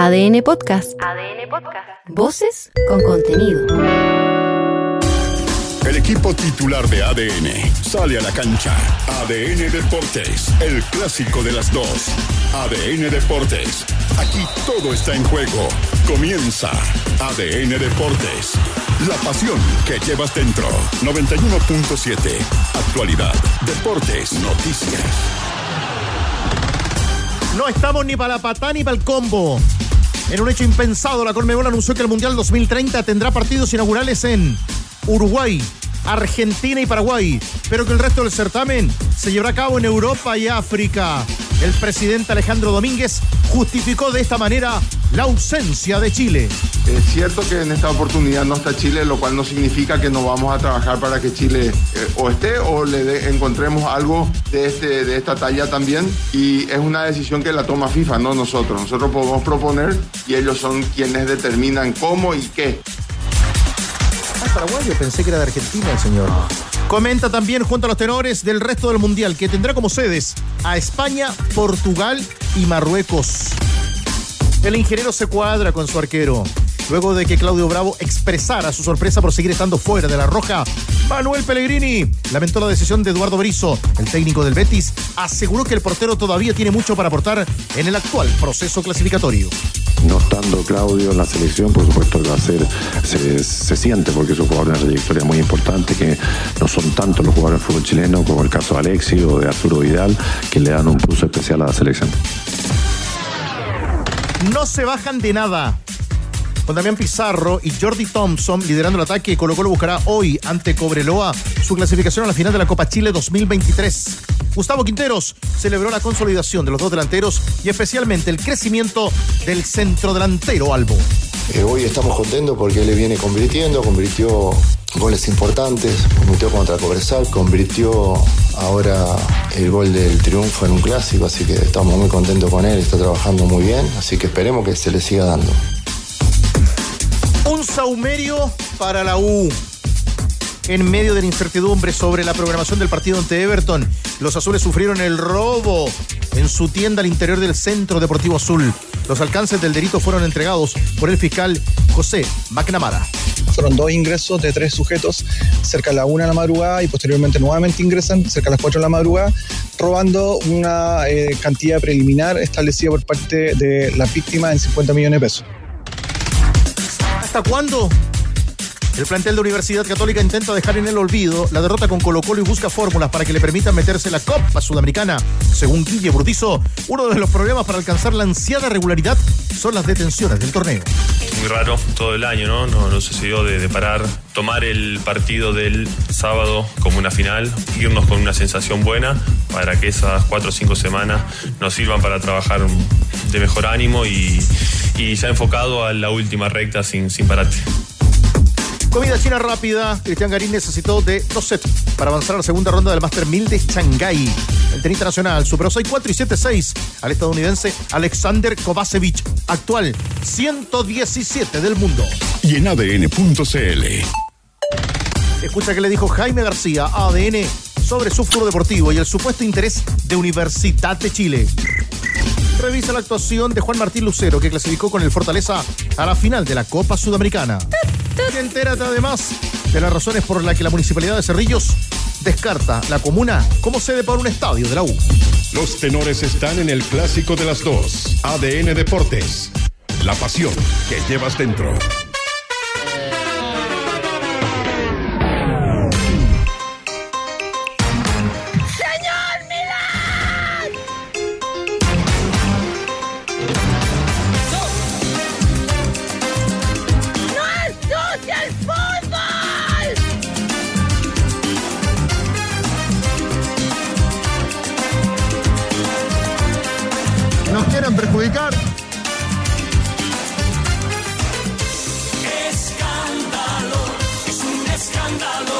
ADN Podcast. ADN Podcast. Voces con contenido. El equipo titular de ADN sale a la cancha. ADN Deportes, el clásico de las dos. ADN Deportes, aquí todo está en juego. Comienza ADN Deportes, la pasión que llevas dentro. 91.7, actualidad, deportes, noticias. No estamos ni para la patá ni para el combo. En un hecho impensado, la Conmebol anunció que el Mundial 2030 tendrá partidos inaugurales en Uruguay, Argentina y Paraguay, pero que el resto del certamen se llevará a cabo en Europa y África. El presidente Alejandro Domínguez justificó de esta manera la ausencia de Chile. Es cierto que en esta oportunidad no está Chile, lo cual no significa que no vamos a trabajar para que Chile o esté o encontremos algo de esta talla también, y es una decisión que la toma FIFA, no nosotros. Nosotros podemos proponer y ellos son quienes determinan cómo y qué. Paraguayo, pensé que era de Argentina el señor. Comenta también junto a los tenores del resto del Mundial, que tendrá como sedes a España, Portugal y Marruecos. El ingeniero se cuadra con su arquero. Luego de que Claudio Bravo expresara su sorpresa por seguir estando fuera de la roja, Manuel Pellegrini lamentó la decisión de Eduardo Berizzo. El técnico del Betis aseguró que el portero todavía tiene mucho para aportar en el actual proceso clasificatorio. No estando Claudio en la selección, por supuesto que va a ser, se siente, porque es un jugador de una trayectoria muy importante, que no son tantos los jugadores del fútbol chileno como el caso de Alexis o de Arturo Vidal, que le dan un plus especial a la selección. No se bajan de nada. Con Damián Pizarro y Jordi Thompson liderando el ataque, Colo-Colo buscará hoy ante Cobreloa su clasificación a la final de la Copa Chile 2023. Gustavo Quinteros celebró la consolidación de los dos delanteros y especialmente el crecimiento del centrodelantero Albo. Hoy estamos contentos porque él viene convirtió goles importantes, convirtió contra Cobresal, convirtió ahora el gol del triunfo en un clásico, así que estamos muy contentos con él, está trabajando muy bien, así que esperemos que se le siga dando. Un saumerio para la U. En medio de la incertidumbre sobre la programación del partido ante Everton, los azules sufrieron el robo en su tienda al interior del Centro Deportivo Azul. Los alcances del delito fueron entregados por el fiscal José McNamara. Fueron 2 ingresos de 3 sujetos cerca de la 1 de la madrugada y posteriormente nuevamente ingresan cerca de las 4 de la madrugada, robando una cantidad preliminar establecida por parte de la víctima en 50 millones de pesos. ¿Hasta cuándo? El plantel de Universidad Católica intenta dejar en el olvido la derrota con Colo-Colo y busca fórmulas para que le permitan meterse en la Copa Sudamericana. Según Guille Burdizo, uno de los problemas para alcanzar la ansiada regularidad son las detenciones del torneo. Muy raro todo el año, ¿no? No sucedió de parar, tomar el partido del sábado como una final, irnos con una sensación buena para que esas 4 o 5 semanas nos sirvan para trabajar de mejor ánimo y ya enfocado a la última recta sin parate. Comida china rápida. Cristian Garín necesitó de 2 sets para avanzar a la segunda ronda del Master 1000 de Shanghái. El tenista nacional superó 6-4 y 7-6 al estadounidense Alexander Kovacevic, actual 117 del mundo. Y en ADN.cl. Escucha qué le dijo Jaime García a ADN sobre su futuro deportivo y el supuesto interés de Universidad de Chile. Revisa la actuación de Juan Martín Lucero, que clasificó con el Fortaleza a la final de la Copa Sudamericana. Y entérate además de las razones por las que la Municipalidad de Cerrillos descarta la comuna como sede para un estadio de la U. Los tenores están en el clásico de las dos. ADN Deportes, la pasión que llevas dentro. Nos quieren perjudicar. Escándalo, es un escándalo.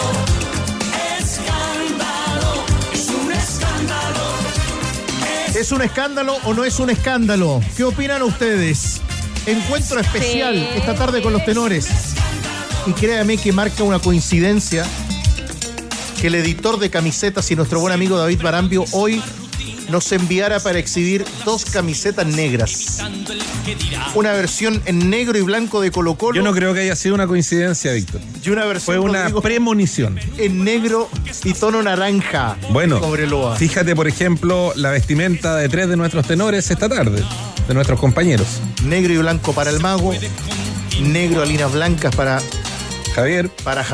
Escándalo, es un escándalo. ¿Es un escándalo o no es un escándalo? ¿Qué opinan ustedes? Encuentro especial esta tarde con los tenores. Y créame que marca una coincidencia que el editor de camisetas y nuestro buen amigo David Barambio hoy nos enviara para exhibir 2 camisetas negras. Una versión en negro y blanco de Colo-Colo. Yo no creo que haya sido una coincidencia, Víctor. Y una versión, fue una premonición. En negro y tono naranja. Bueno, fíjate, por ejemplo, la vestimenta de 3 de nuestros tenores esta tarde, de nuestros compañeros. Negro y blanco para el Mago, negro a líneas blancas para Javier.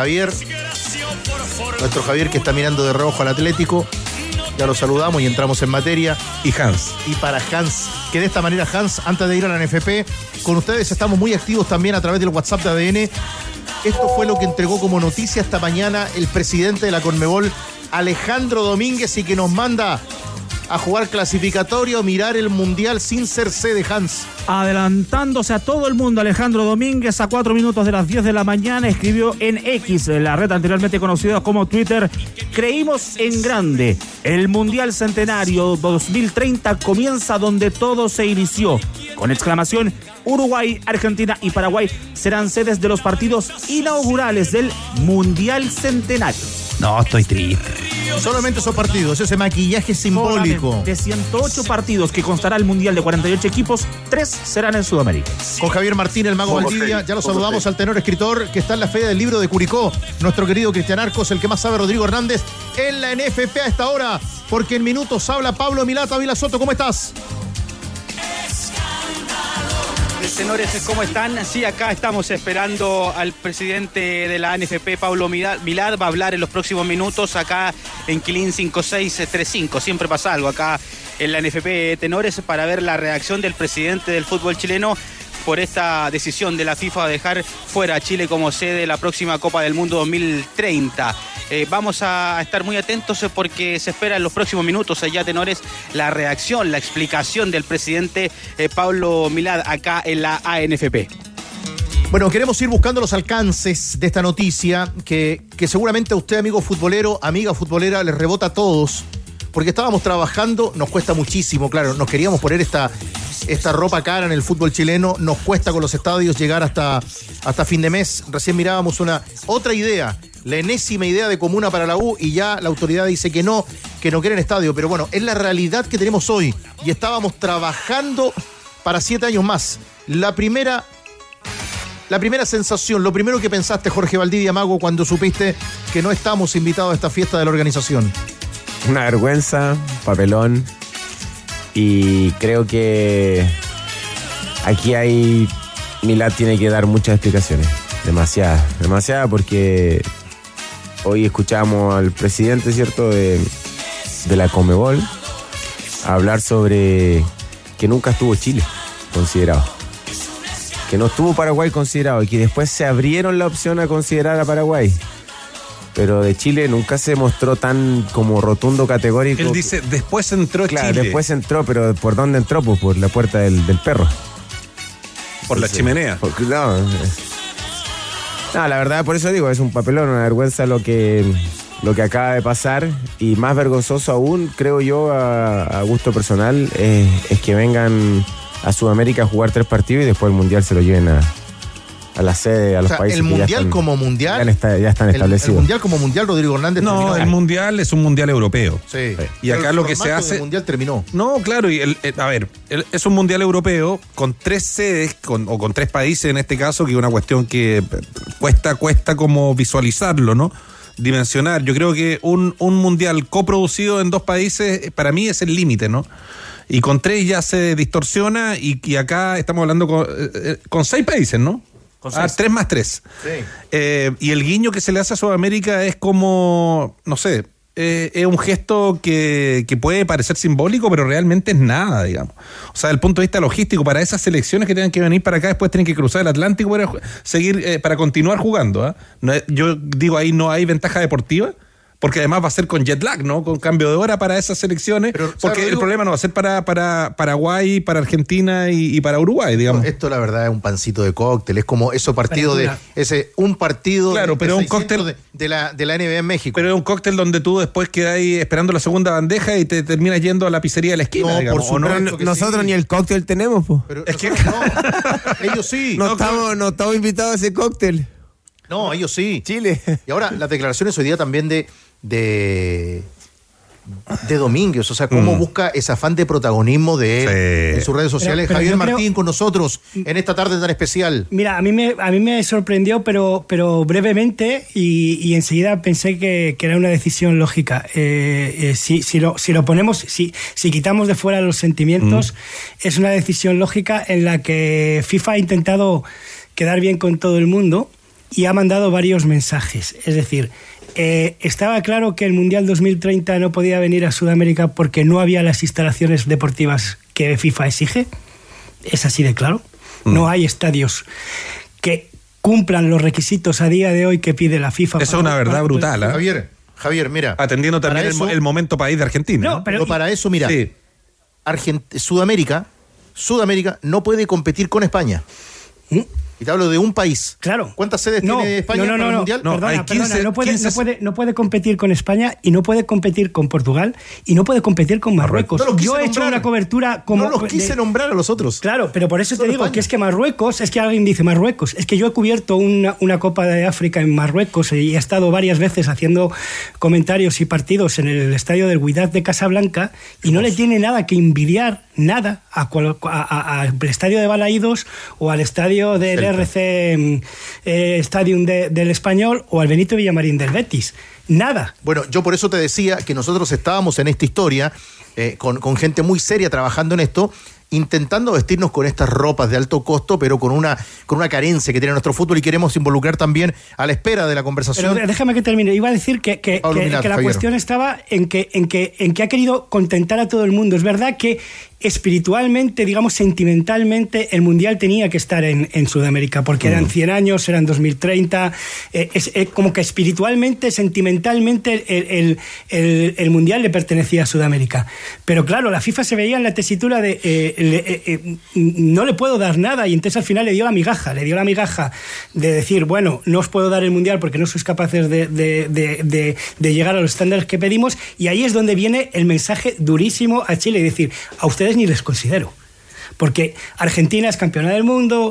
Nuestro Javier, que está mirando de reojo al Atlético. Ya lo saludamos y entramos en materia. Y Hans. Y para Hans, que de esta manera, Hans, antes de ir a la NFP, con ustedes estamos muy activos también a través del WhatsApp de ADN. Esto fue lo que entregó como noticia esta mañana el presidente de la Conmebol, Alejandro Domínguez, y que nos manda a jugar clasificatorio, mirar el Mundial sin ser sede, Hans. Adelantándose a todo el mundo, Alejandro Domínguez, a 4 minutos de las 10 de la mañana, escribió en X, la red anteriormente conocida como Twitter: creímos en grande. El Mundial Centenario 2030 comienza donde todo se inició. Con exclamación, Uruguay, Argentina y Paraguay serán sedes de los partidos inaugurales del Mundial Centenario. No, estoy triste. Solamente esos partidos, ese maquillaje simbólico. De 108 partidos que constará el Mundial de 48 equipos, 3 serán en Sudamérica. Con Javier Martín, el Mago Valdivia, ya lo saludamos al tenor escritor que está en la Feria del Libro de Curicó. Nuestro querido Cristian Arcos, el que más sabe, Rodrigo Hernández, en la NFP a esta hora, porque en minutos habla Pablo Milad. Ávila Soto, ¿cómo estás? Tenores, ¿cómo están? Sí, acá estamos esperando al presidente de la NFP, Pablo Milad. Va a hablar en los próximos minutos acá en Quilín 5635. Siempre pasa algo acá en la NFP Tenores para ver la reacción del presidente del fútbol chileno por esta decisión de la FIFA de dejar fuera a Chile como sede de la próxima Copa del Mundo 2030. Vamos a estar muy atentos porque se espera en los próximos minutos allá, Tenores, la reacción, la explicación del presidente Pablo Milad acá en la ANFP. Bueno, queremos ir buscando los alcances de esta noticia que seguramente a usted, amigo futbolero, amiga futbolera, les rebota a todos, porque estábamos trabajando, nos cuesta muchísimo, claro, nos queríamos poner esta ropa cara en el fútbol chileno, nos cuesta con los estadios llegar hasta fin de mes. Recién mirábamos otra idea, la enésima idea de comuna para la U, y ya la autoridad dice que no quieren estadio, pero bueno, es la realidad que tenemos hoy y estábamos trabajando para 7 años más. La primera sensación, lo primero que pensaste, Jorge Valdivia, Mago, cuando supiste que no estamos invitados a esta fiesta de la organización. Una vergüenza, papelón, y creo que aquí Milad tiene que dar muchas explicaciones, demasiadas, porque hoy escuchamos al presidente, ¿cierto?, de la Conmebol hablar sobre que nunca estuvo Chile considerado, que no estuvo Paraguay considerado, y que después se abrieron la opción a considerar a Paraguay. Pero de Chile nunca se mostró tan como rotundo, categórico. Él dice, después entró claro, Chile. Después entró, pero ¿por dónde entró? Pues por la puerta del perro. Por la chimenea. No, la verdad, por eso digo, es un papelón, una vergüenza lo que acaba de pasar, y más vergonzoso aún, creo yo, a gusto personal, es que vengan a Sudamérica a jugar 3 partidos y después el Mundial se lo lleven a la sede, a los países. El Mundial como Mundial. Ya están establecidos. El Mundial como Mundial, Rodrigo Hernández. No, el Mundial es un Mundial europeo. Sí. Y acá lo que se hace. El Mundial terminó. No, claro, es un Mundial europeo con 3 sedes, o con 3 países en este caso, que es una cuestión que cuesta como visualizarlo, ¿no? Dimensionar. Yo creo que un Mundial coproducido en 2 países, para mí es el límite, ¿no? Y con 3 ya se distorsiona, y acá estamos hablando con 6 países, ¿no? 3 más 3. Sí. Y el guiño que se le hace a Sudamérica es como, no sé, es un gesto que puede parecer simbólico, pero realmente es nada, digamos. O sea, desde el punto de vista logístico, para esas selecciones que tengan que venir para acá, después tienen que cruzar el Atlántico para seguir, para continuar jugando, ¿eh? No, yo digo, ahí no hay ventaja deportiva, porque además va a ser con jet lag, ¿no? Con cambio de hora para esas selecciones, pero, porque el problema no va a ser para Paraguay, para Argentina y para Uruguay, digamos. Esto la verdad es un pancito de cóctel, es como esos partidos un partido, claro, pero un cóctel de la NBA en México. Pero es un cóctel donde tú después quedas ahí esperando la segunda bandeja y te terminas yendo a la pizzería de la esquina, no, digamos. Por supuesto, no, nosotros sí. Ni el cóctel tenemos, pues. Es que no, ellos sí. No estamos invitados a ese cóctel. No, ellos sí. Chile. Y ahora las declaraciones hoy día también de de Domínguez, o sea, cómo busca ese afán de protagonismo de él en sus redes sociales. Pero Javier yo Martín con nosotros en esta tarde tan especial. Mira, a mí me sorprendió, pero brevemente, y enseguida pensé que era una decisión lógica. Si lo ponemos, si quitamos de fuera los sentimientos, es una decisión lógica en la que FIFA ha intentado quedar bien con todo el mundo y ha mandado varios mensajes. Es decir, estaba claro que el Mundial 2030 no podía venir a Sudamérica porque no había las instalaciones deportivas que FIFA exige. Es así de claro. No hay estadios que cumplan los requisitos a día de hoy que pide la FIFA. Eso es una verdad brutal, ¿eh? Javier, mira. Atendiendo también el momento país de Argentina. No, pero para eso, mira, Sudamérica no puede competir con España. Y te hablo de un país. Claro. ¿Cuántas sedes tiene España para el Mundial? No puede competir con España y no puede competir con Portugal y no puede competir con Marruecos. Yo he hecho una cobertura como... No los quise nombrar a los otros. Claro, pero por eso te digo que es que Marruecos, es que alguien dice Marruecos, es que yo he cubierto una Copa de África en Marruecos y he estado varias veces haciendo comentarios y partidos en el estadio del Wydad de Casablanca y no le tiene nada que envidiar, nada, al estadio de Balaídos o al estadio del RC Stadium del Español o al Benito Villamarín del Betis. Nada. Bueno, yo por eso te decía que nosotros estábamos en esta historia con gente muy seria trabajando en esto, intentando vestirnos con estas ropas de alto costo, pero con una carencia que tiene nuestro fútbol y queremos involucrar también a la espera de la conversación. Pero déjame que termine. Iba a decir que la cuestión estaba en que ha querido contentar a todo el mundo. Es verdad que espiritualmente, digamos sentimentalmente, el Mundial tenía que estar en Sudamérica, porque eran 100 años, eran 2030, es como que espiritualmente, sentimentalmente, el Mundial le pertenecía a Sudamérica. Pero claro, la FIFA se veía en la tesitura de no le puedo dar nada, y entonces al final le dio la migaja de decir, bueno, no os puedo dar el Mundial porque no sois capaces de llegar a los estándares que pedimos, y ahí es donde viene el mensaje durísimo a Chile, y decir, a ustedes ni les considero, porque Argentina es campeona del mundo,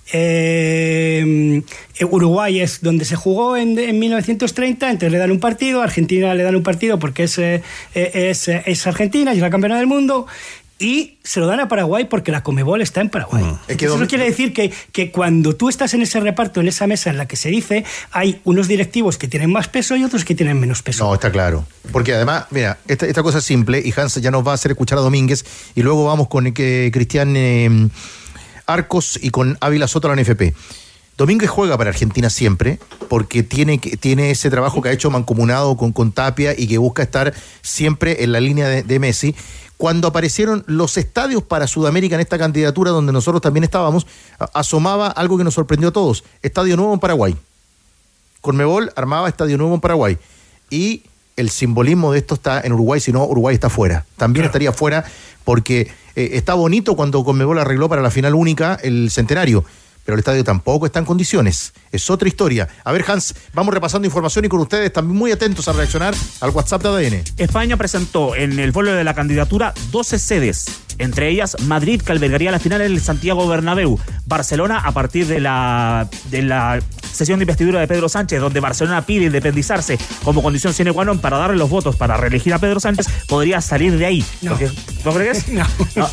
Uruguay es donde se jugó en 1930, entonces le dan un partido, a Argentina le dan un partido porque es Argentina y es la campeona del mundo, y se lo dan a Paraguay porque la Conmebol está en Paraguay. Eso quiere decir que cuando tú estás en ese reparto, en esa mesa en la que se dice, hay unos directivos que tienen más peso y otros que tienen menos peso. No, está claro. Porque además, mira, esta cosa es simple, y Hans ya nos va a hacer escuchar a Domínguez, y luego vamos con Cristian Arcos y con Ávila Soto a la NFP. Domínguez juega para Argentina siempre, porque tiene ese trabajo que ha hecho mancomunado con Tapia y que busca estar siempre en la línea de Messi. Cuando aparecieron los estadios para Sudamérica en esta candidatura, donde nosotros también estábamos, asomaba algo que nos sorprendió a todos: Estadio Nuevo en Paraguay. Conmebol armaba Estadio Nuevo en Paraguay. Y el simbolismo de esto está en Uruguay, si no, Uruguay está fuera. También estaría fuera porque está bonito cuando Conmebol arregló para la final única el centenario, pero el estadio tampoco está en condiciones. Es otra historia. A ver, Hans, vamos repasando información y con ustedes también muy atentos a reaccionar al WhatsApp de ADN. España presentó en el vuelo de la candidatura 12 sedes, entre ellas Madrid, que albergaría la final en el Santiago Bernabéu, Barcelona a partir de la sesión de investidura de Pedro Sánchez, donde Barcelona pide independizarse como condición sine qua non para darle los votos para reelegir a Pedro Sánchez, podría salir de ahí. No. ¿No crees? No.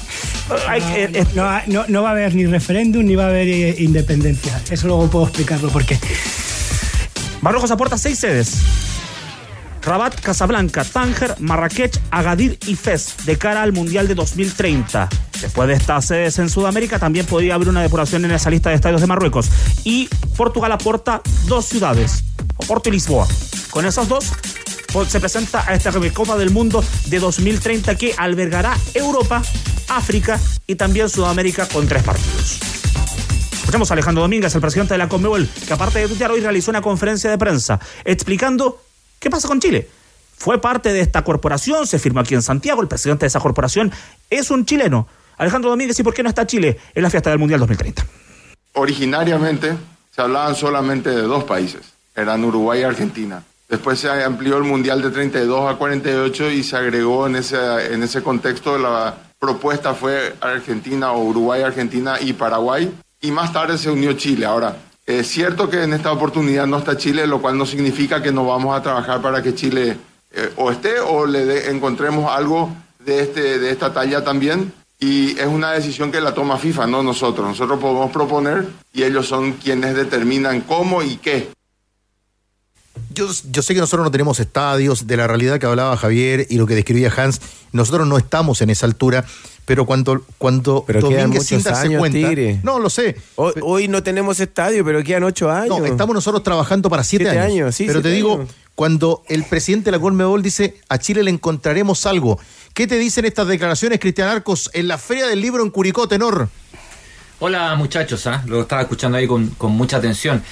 No va a haber ni referéndum ni va a haber independencia. Eso luego puedo explicarlo por qué. Marruecos aporta 6 sedes: Rabat, Casablanca, Tánger, Marrakech, Agadir y Fez, de cara al Mundial de 2030. Después de estas sedes en Sudamérica, también podría haber una depuración en esa lista de estadios de Marruecos. Y Portugal aporta 2 ciudades, Oporto y Lisboa. Con esas 2 se presenta a esta Copa del Mundo de 2030, que albergará Europa, África y también Sudamérica, con 3 partidos. Escuchamos a Alejandro Domínguez, el presidente de la Conmebol, que aparte de tuitear, hoy realizó una conferencia de prensa explicando qué pasa con Chile. Fue parte de esta corporación, se firmó aquí en Santiago, el presidente de esa corporación es un chileno. Alejandro Domínguez, ¿y por qué no está Chile en la fiesta del Mundial 2030? Originariamente se hablaban solamente de 2 países, eran Uruguay y Argentina. Después se amplió el Mundial de 32 a 48 y se agregó en ese contexto, la propuesta fue Argentina o Uruguay, Argentina y Paraguay, y más tarde se unió Chile. Ahora, es cierto que en esta oportunidad no está Chile, lo cual no significa que no vamos a trabajar para que Chile o encontremos algo de esta talla también. Y es una decisión que la toma FIFA, no nosotros. Nosotros podemos proponer y ellos son quienes determinan cómo y qué. Yo sé que nosotros no tenemos estadios, de la realidad que hablaba Javier y lo que describía Hans, nosotros no estamos en esa altura, pero cuando Domínguez sin darse cuenta... Tigre. No, lo sé. Hoy no tenemos estadio, pero quedan 8 años. No, estamos nosotros trabajando para 7 años. Sí, pero te digo, años. Cuando el presidente de la Conmebol dice, a Chile le encontraremos algo, ¿qué te dicen estas declaraciones, Cristian Arcos, en la Feria del Libro en Curicó, Tenor? Hola muchachos, lo estaba escuchando ahí con mucha atención.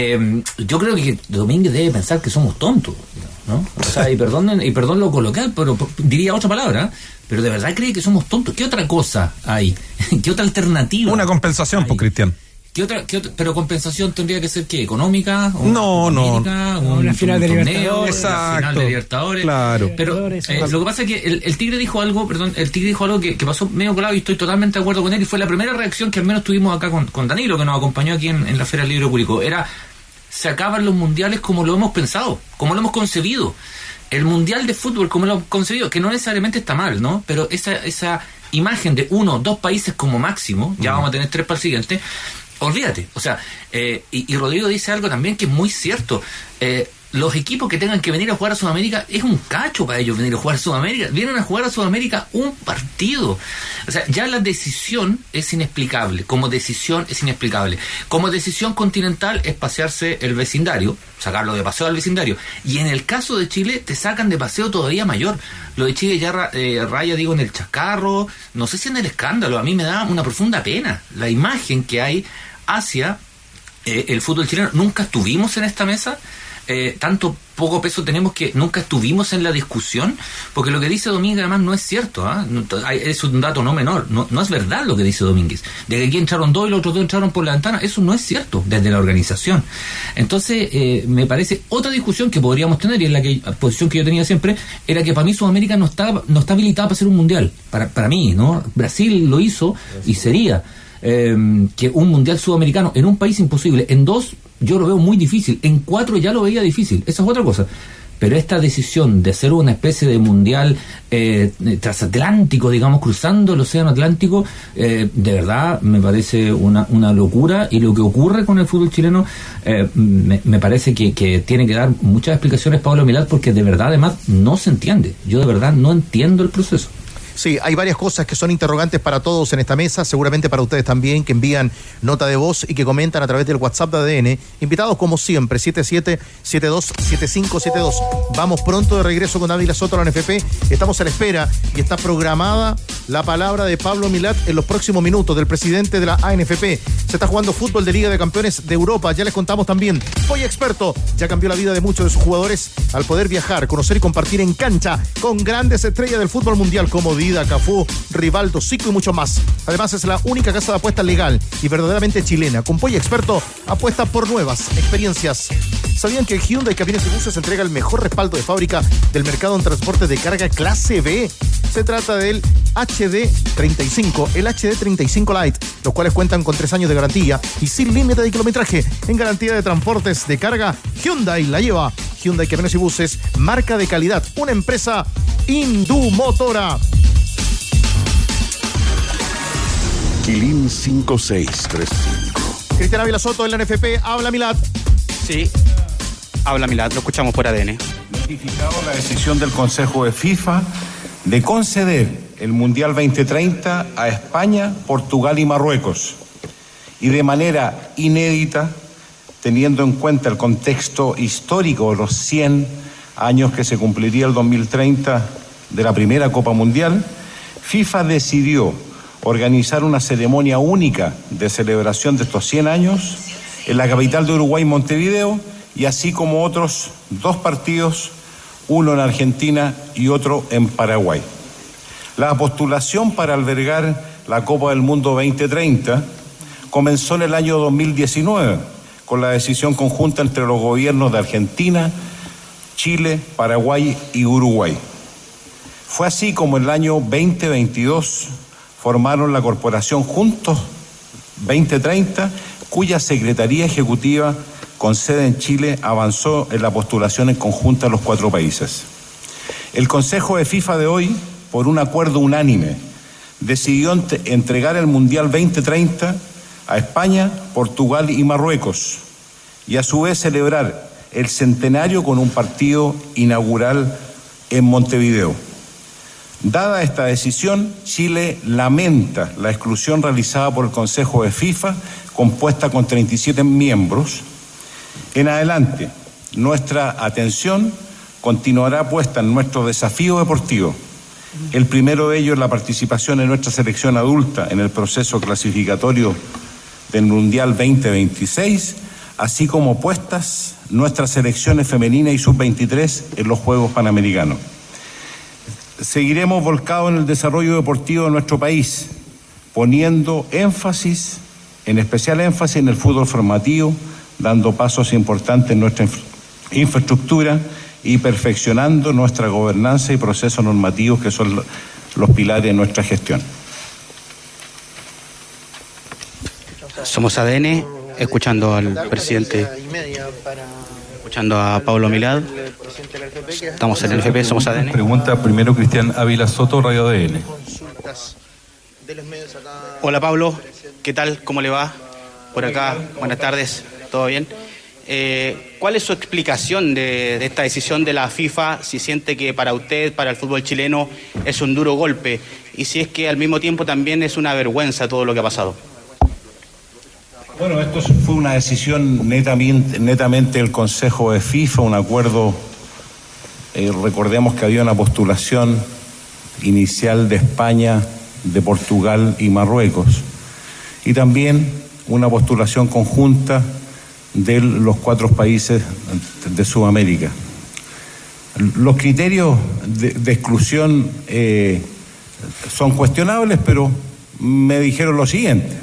Yo creo que Domínguez debe pensar que somos tontos, ¿no? O sea, y perdón lo coloquial, pero diría otra palabra, pero de verdad cree que somos tontos. ¿Qué otra cosa hay? ¿Qué otra alternativa? Una compensación, por Cristian. ¿Qué otra? Pero compensación tendría que ser ¿qué? ¿Económica? No. Una final de Libertadores. Exacto. Una final de Libertadores. Claro. Pero lo que pasa es que el Tigre dijo algo, que pasó medio colado y estoy totalmente de acuerdo con él, y fue la primera reacción que al menos tuvimos acá con Danilo, que nos acompañó aquí en la Feria del Libro de Curicó. Era, se acaban los mundiales como lo hemos pensado, como lo hemos concebido. El mundial de fútbol como lo hemos concebido, que no necesariamente está mal, ¿no? Pero esa imagen de 1 o 2 países como máximo, ya vamos a tener 3 para el siguiente. Olvídate, o sea, y Rodrigo dice algo también que es muy cierto. Los equipos que tengan que venir a jugar a Sudamérica, es un cacho para ellos venir a jugar a Sudamérica. Vienen a jugar a Sudamérica un partido. O sea, ya la decisión es inexplicable. Como decisión es inexplicable. Como decisión continental es pasearse el vecindario, sacarlo de paseo al vecindario. Y en el caso de Chile, te sacan de paseo todavía mayor. Lo de Chile ya raya, en el chascarro, no sé si en el escándalo. A mí me da una profunda pena la imagen que hay hacia el fútbol chileno. Nunca estuvimos en esta mesa. Tanto poco peso tenemos que nunca estuvimos en la discusión, porque lo que dice Domínguez además no es cierto, es un dato no menor, no es verdad lo que dice Domínguez, de que aquí entraron 2 y los otros 2 entraron por la ventana. Eso no es cierto desde la organización. Entonces me parece otra discusión que podríamos tener, y es la posición que yo tenía siempre, era que para mí Sudamérica no está habilitada para hacer un mundial, para mí, ¿no? Brasil lo hizo y sería que un mundial sudamericano en un país imposible, en 2 yo lo veo muy difícil, en 4 ya lo veía difícil, esa es otra cosa. Pero esta decisión de hacer una especie de mundial transatlántico, digamos, cruzando el océano Atlántico, de verdad me parece una locura, y lo que ocurre con el fútbol chileno me parece que tiene que dar muchas explicaciones Pablo Milad, porque de verdad además no se entiende. Yo de verdad no entiendo el proceso. Sí, hay varias cosas que son interrogantes para todos en esta mesa, seguramente para ustedes también, que envían nota de voz y que comentan a través del WhatsApp de ADN. Invitados como siempre, 77727572. Vamos pronto de regreso con Ávila Soto a la NFP. Estamos a la espera y está programada la palabra de Pablo Milad en los próximos minutos, del presidente de la ANFP. Se está jugando fútbol de Liga de Campeones de Europa, ya les contamos también. Hoy Experto ya cambió la vida de muchos de sus jugadores al poder viajar, conocer y compartir en cancha con grandes estrellas del fútbol mundial como Dida, Cafú, Rivaldo, Zico y mucho más. Además es la única casa de apuestas legal y verdaderamente chilena. Con Polla Experto apuesta por nuevas experiencias. ¿Sabían que el Hyundai Camiones y Buses entrega el mejor respaldo de fábrica del mercado en transporte de carga clase B? Se trata del HD35, el HD35 Lite, los cuales cuentan con 3 años de garantía y sin límite de kilometraje. En garantía de transportes de carga, Hyundai la lleva. Hyundai Camiones y Buses, marca de calidad, una empresa Indumotora. Quilín 5635. Cristian Ávila Soto, en la NFP, habla Milad. Sí, habla Milad, lo escuchamos por ADN. Notificado la decisión del Consejo de FIFA de conceder el Mundial 2030 a España, Portugal y Marruecos, y de manera inédita, teniendo en cuenta el contexto histórico de los 100 años que se cumpliría el 2030 de la primera Copa Mundial, FIFA decidió organizar una ceremonia única de celebración de estos 100 años en la capital de Uruguay, Montevideo, y así como otros 2 partidos, uno en Argentina y otro en Paraguay. La postulación para albergar la Copa del Mundo 2030 comenzó en el año 2019 con la decisión conjunta entre los gobiernos de Argentina, Chile, Paraguay y Uruguay. Fue así como en el año 2022 formaron la Corporación Juntos 2030, cuya Secretaría Ejecutiva con sede en Chile avanzó en la postulación en conjunta a los 4 países. El Consejo de FIFA de hoy, por un acuerdo unánime, decidió entregar el Mundial 2030 a España, Portugal y Marruecos, y a su vez celebrar el centenario con un partido inaugural en Montevideo. Dada esta decisión, Chile lamenta la exclusión realizada por el Consejo de FIFA, compuesta con 37 miembros. En adelante, nuestra atención continuará puesta en nuestro desafío deportivo. El primero de ellos es la participación en nuestra selección adulta en el proceso clasificatorio del Mundial 2026, así como puestas nuestras selecciones femeninas y sub-23 en los Juegos Panamericanos. Seguiremos volcados en el desarrollo deportivo de nuestro país, poniendo especial énfasis en el fútbol formativo, dando pasos importantes en nuestra infraestructura y perfeccionando nuestra gobernanza y procesos normativos que son los pilares de nuestra gestión. Somos ADN, escuchando al presidente, escuchando a Pablo Milad. Estamos en el FP, somos ADN. Pregunta primero Cristian Ávila Soto, Radio ADN. Hola Pablo, ¿qué tal? ¿Cómo le va? Por acá, buenas tardes, ¿todo bien? ¿Cuál es su explicación de esta decisión de la FIFA? Si siente que para usted, para el fútbol chileno, es un duro golpe, y si es que al mismo tiempo también es una vergüenza todo lo que ha pasado. Bueno, esto fue una decisión netamente del Consejo de FIFA, un acuerdo, recordemos que había una postulación inicial de España, de Portugal y Marruecos, y también una postulación conjunta de los 4 países de Sudamérica. Los criterios de exclusión son cuestionables, pero me dijeron lo siguiente.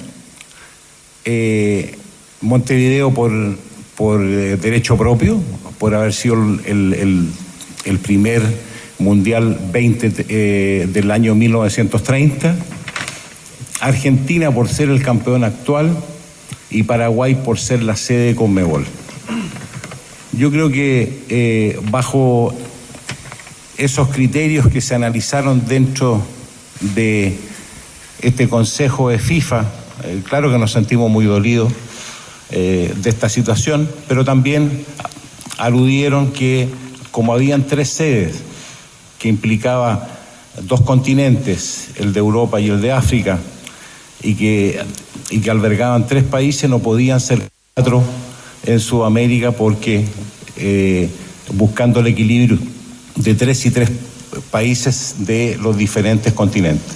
Montevideo por derecho propio, por haber sido el primer Mundial 20 del año 1930, Argentina por ser el campeón actual y Paraguay por ser la sede de Conmebol. Yo creo que bajo esos criterios que se analizaron dentro de este Consejo de FIFA, claro que nos sentimos muy dolidos de esta situación, pero también aludieron que como habían 3 sedes que implicaba 2 continentes, el de Europa y el de África, y que albergaban 3 países, no podían ser 4 en Sudamérica porque buscando el equilibrio de 3 y 3 países de los diferentes continentes.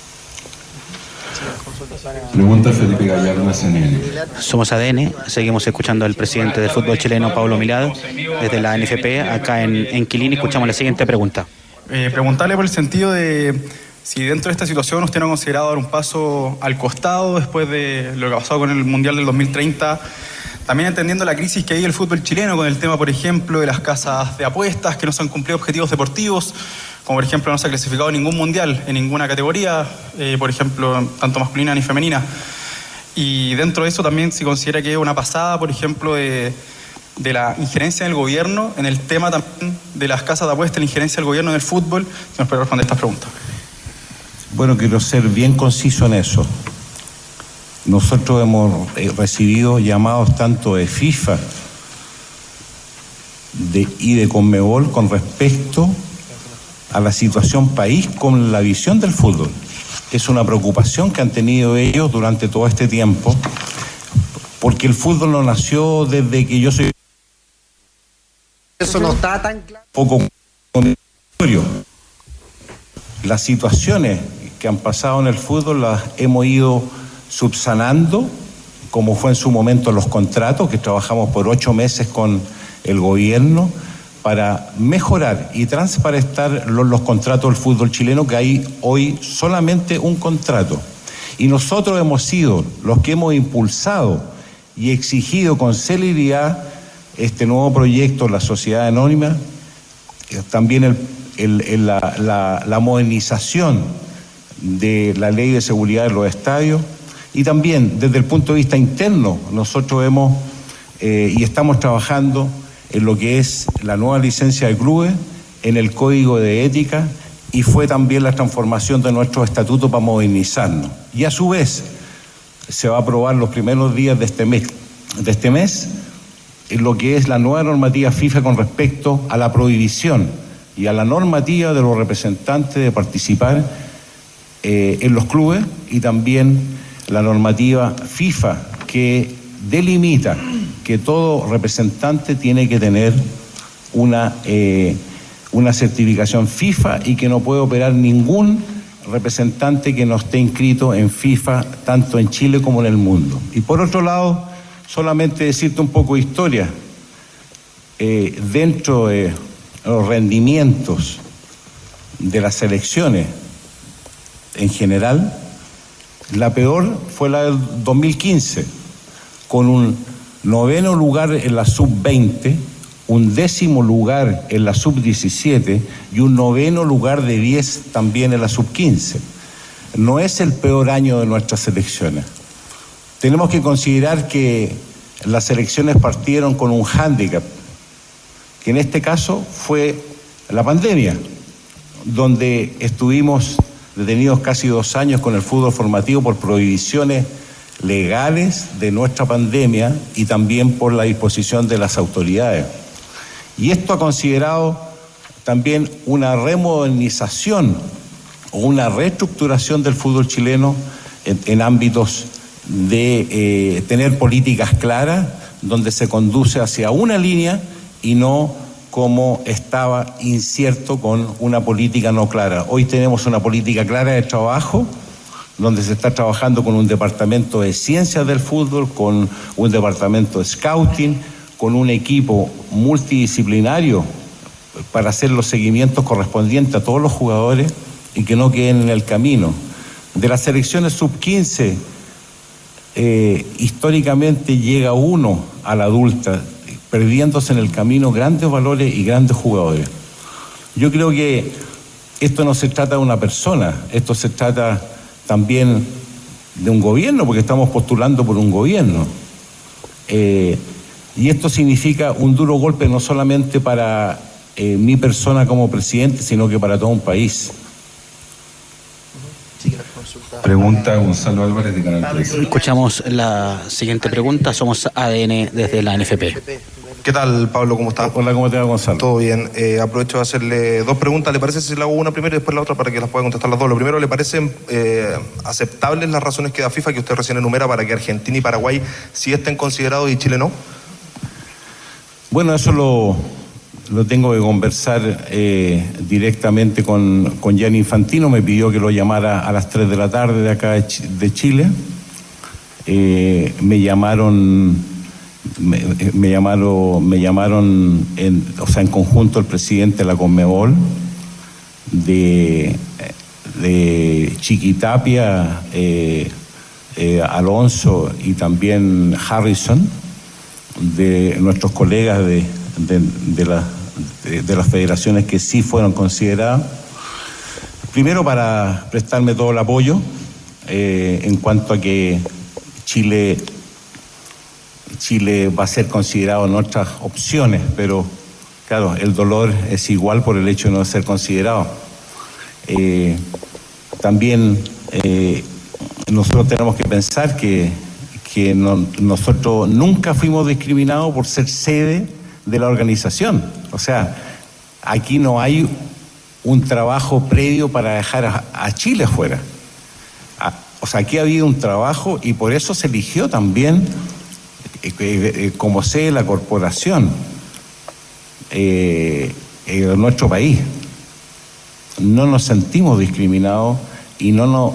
Pregunta Felipe Gallardo, CNN. Somos ADN, seguimos escuchando al presidente del fútbol chileno, Pablo Milad, desde la NFP, acá en Quilín. Escuchamos la siguiente pregunta. Preguntarle por el sentido de si dentro de esta situación usted no ha considerado dar un paso al costado después de lo que ha pasado con el Mundial del 2030, también entendiendo la crisis que hay el fútbol chileno con el tema, por ejemplo, de las casas de apuestas que no se han cumplido objetivos deportivos, como por ejemplo no se ha clasificado ningún mundial en ninguna categoría, por ejemplo, tanto masculina ni femenina. Y dentro de eso también se considera que es una pasada, por ejemplo, de la injerencia del gobierno en el tema también de las casas de apuestas, la injerencia del gobierno en el fútbol. Si nos puede responder estas preguntas. Bueno, quiero ser bien conciso en eso. Nosotros hemos recibido llamados tanto de FIFA y de Conmebol con respecto a la situación país con la visión del fútbol. Es una preocupación que han tenido ellos durante todo este tiempo, porque el fútbol no nació desde que yo soy... Eso no está tan claro. Poco contradictorio. Las situaciones que han pasado en el fútbol las hemos ido subsanando, como fue en su momento los contratos, que trabajamos por 8 meses con el gobierno para mejorar y transparentar los contratos del fútbol chileno, que hay hoy solamente un contrato. Y nosotros hemos sido los que hemos impulsado y exigido con celeridad este nuevo proyecto, la sociedad anónima, también la modernización de la ley de seguridad de los estadios, y también desde el punto de vista interno nosotros hemos y estamos trabajando en lo que es la nueva licencia de clubes en el Código de Ética y fue también la transformación de nuestro estatuto para modernizarnos. Y a su vez se va a aprobar los primeros días de este mes lo que es la nueva normativa FIFA con respecto a la prohibición y a la normativa de los representantes de participar en los clubes, y también la normativa FIFA que delimita que todo representante tiene que tener una certificación FIFA y que no puede operar ningún representante que no esté inscrito en FIFA, tanto en Chile como en el mundo. Y por otro lado, solamente decirte un poco de historia. Dentro de los rendimientos de las selecciones en general, la peor fue la del 2015, con un 9º lugar en la sub-20, un 10º lugar en la sub-17 y un 9º lugar de 10 también en la sub-15. No es el peor año de nuestras selecciones. Tenemos que considerar que las selecciones partieron con un hándicap, que en este caso fue la pandemia, donde estuvimos detenidos casi 2 años con el fútbol formativo por prohibiciones legales de nuestra pandemia y también por la disposición de las autoridades. Y esto ha considerado también una remodernización o una reestructuración del fútbol chileno en ámbitos de tener políticas claras, donde se conduce hacia una línea y no como estaba incierto con una política no clara. Hoy tenemos una política clara de trabajo, donde se está trabajando con un departamento de ciencias del fútbol, con un departamento de scouting, con un equipo multidisciplinario para hacer los seguimientos correspondientes a todos los jugadores y que no queden en el camino. De las selecciones sub-15, históricamente llega uno a la adulta, perdiéndose en el camino grandes valores y grandes jugadores. Yo creo que esto no se trata de una persona, esto se trata también de un gobierno, porque estamos postulando por un gobierno. Y esto significa un duro golpe no solamente para mi persona como presidente, sino que para todo un país. Pregunta Gonzalo Álvarez de Canal 3. Escuchamos la siguiente pregunta. Somos ADN desde la NFP. ¿Qué tal, Pablo? ¿Cómo estás? Hola, ¿cómo te va, Gonzalo? Todo bien. Aprovecho de hacerle 2 preguntas. ¿Le parece si le hago una primero y después la otra para que las pueda contestar las dos? Lo primero, ¿le parecen aceptables las razones que da FIFA, que usted recién enumera, para que Argentina y Paraguay sí estén considerados y Chile no? Bueno, eso lo tengo que conversar directamente con Gianni Infantino. Me pidió que lo llamara a las 3 de la tarde de acá de Chile. Me llamaron en conjunto el presidente de la Conmebol, de Chiquitapia, Alonso y también Harrison, de nuestros colegas de las federaciones que sí fueron consideradas, primero para prestarme todo el apoyo en cuanto a que Chile va a ser considerado en otras opciones, pero claro, el dolor es igual por el hecho de no ser considerado. También nosotros tenemos que pensar que nosotros nunca fuimos discriminados por ser sede de la organización. O sea, aquí no hay un trabajo previo para dejar a Chile afuera. O sea, aquí ha habido un trabajo y por eso se eligió también como sede de la corporación en nuestro país. No nos sentimos discriminados y no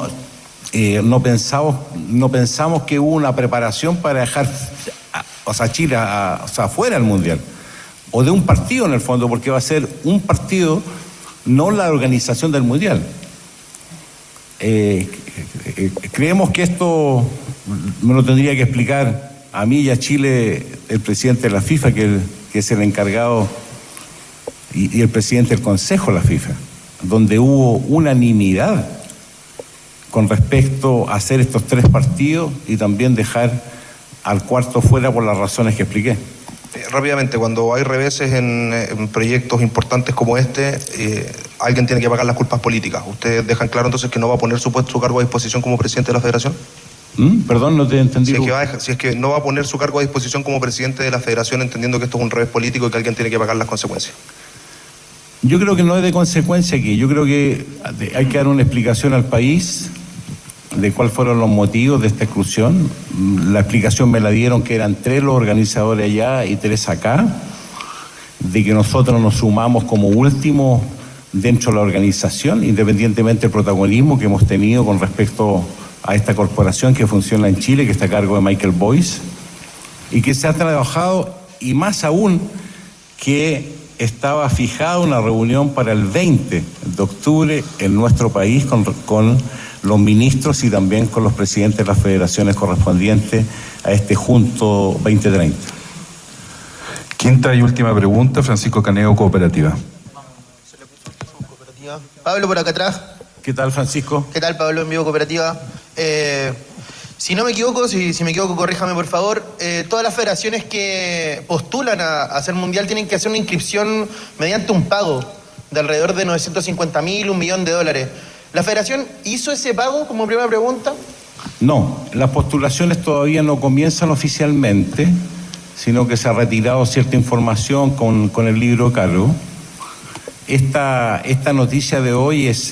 pensamos que hubo una preparación para dejar a Chile afuera del Mundial, o de un partido en el fondo, porque va a ser un partido, no la organización del Mundial. Creemos que esto me lo tendría que explicar a mí y a Chile el presidente de la FIFA, que es el encargado, y el presidente del Consejo de la FIFA, donde hubo unanimidad con respecto a hacer estos 3 partidos y también dejar al cuarto fuera por las razones que expliqué. Rápidamente, cuando hay reveses en proyectos importantes como este, alguien tiene que pagar las culpas políticas. ¿Ustedes dejan claro entonces que no va a poner su cargo a disposición como presidente de la federación? Perdón, no te he entendido. Si es que no va a poner su cargo a disposición como presidente de la federación, entendiendo que esto es un revés político y que alguien tiene que pagar las consecuencias. Yo creo que no es de consecuencia aquí. Yo creo que hay que dar una explicación al país de cuáles fueron los motivos de esta exclusión. La explicación me la dieron que eran 3 los organizadores allá y 3 acá, de que nosotros nos sumamos como últimos dentro de la organización, independientemente del protagonismo que hemos tenido con respecto a esta corporación que funciona en Chile, que está a cargo de Michael Boyce, y que se ha trabajado, y más aún que estaba fijada una reunión para el 20 de octubre en nuestro país con los ministros y también con los presidentes de las federaciones correspondientes a este Junto 2030. Quinta y última pregunta, Francisco Caneo, Cooperativa. Pablo, por acá atrás. ¿Qué tal, Francisco? ¿Qué tal, Pablo, en Vivo Cooperativa? Si no me equivoco, si me equivoco, corríjame por favor, todas las federaciones que postulan a hacer mundial tienen que hacer una inscripción mediante un pago de alrededor de 950.000, $1 millón. ¿La federación hizo ese pago como primera pregunta? No, las postulaciones todavía no comienzan oficialmente, sino que se ha retirado cierta información con el libro cargo. Esta noticia de hoy es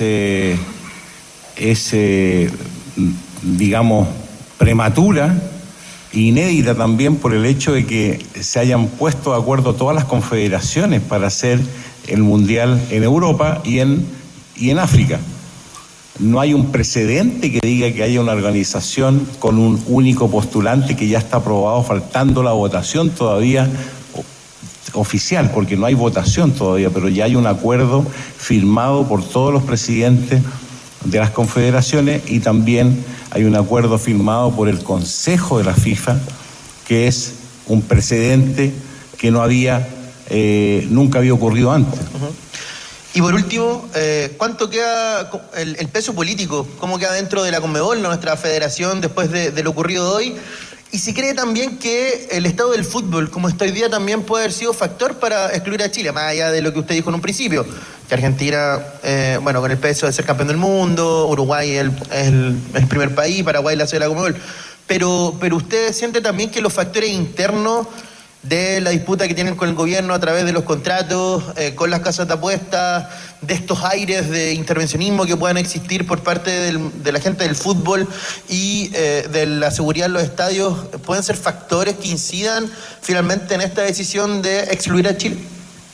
digamos, prematura e inédita también por el hecho de que se hayan puesto de acuerdo todas las confederaciones para hacer el mundial en Europa y en África. No hay un precedente que diga que haya una organización con un único postulante que ya está aprobado, faltando la votación todavía oficial, porque no hay votación todavía, pero ya hay un acuerdo firmado por todos los presidentes de las confederaciones y también hay un acuerdo firmado por el Consejo de la FIFA, que es un precedente que no había, nunca había ocurrido antes. Y por último, ¿cuánto queda el peso político? ¿Cómo queda dentro de la Conmebol, nuestra federación, después de lo ocurrido hoy? Y si cree también que el estado del fútbol, como está hoy día, también puede haber sido factor para excluir a Chile, más allá de lo que usted dijo en un principio, que Argentina, con el peso de ser campeón del mundo, Uruguay es el primer país, Paraguay la sede de la Conmebol. Pero usted siente también que los factores internos de la disputa que tienen con el gobierno a través de los contratos, con las casas de apuestas, de estos aires de intervencionismo que puedan existir por parte de la gente del fútbol y de la seguridad en los estadios, ¿pueden ser factores que incidan finalmente en esta decisión de excluir a Chile?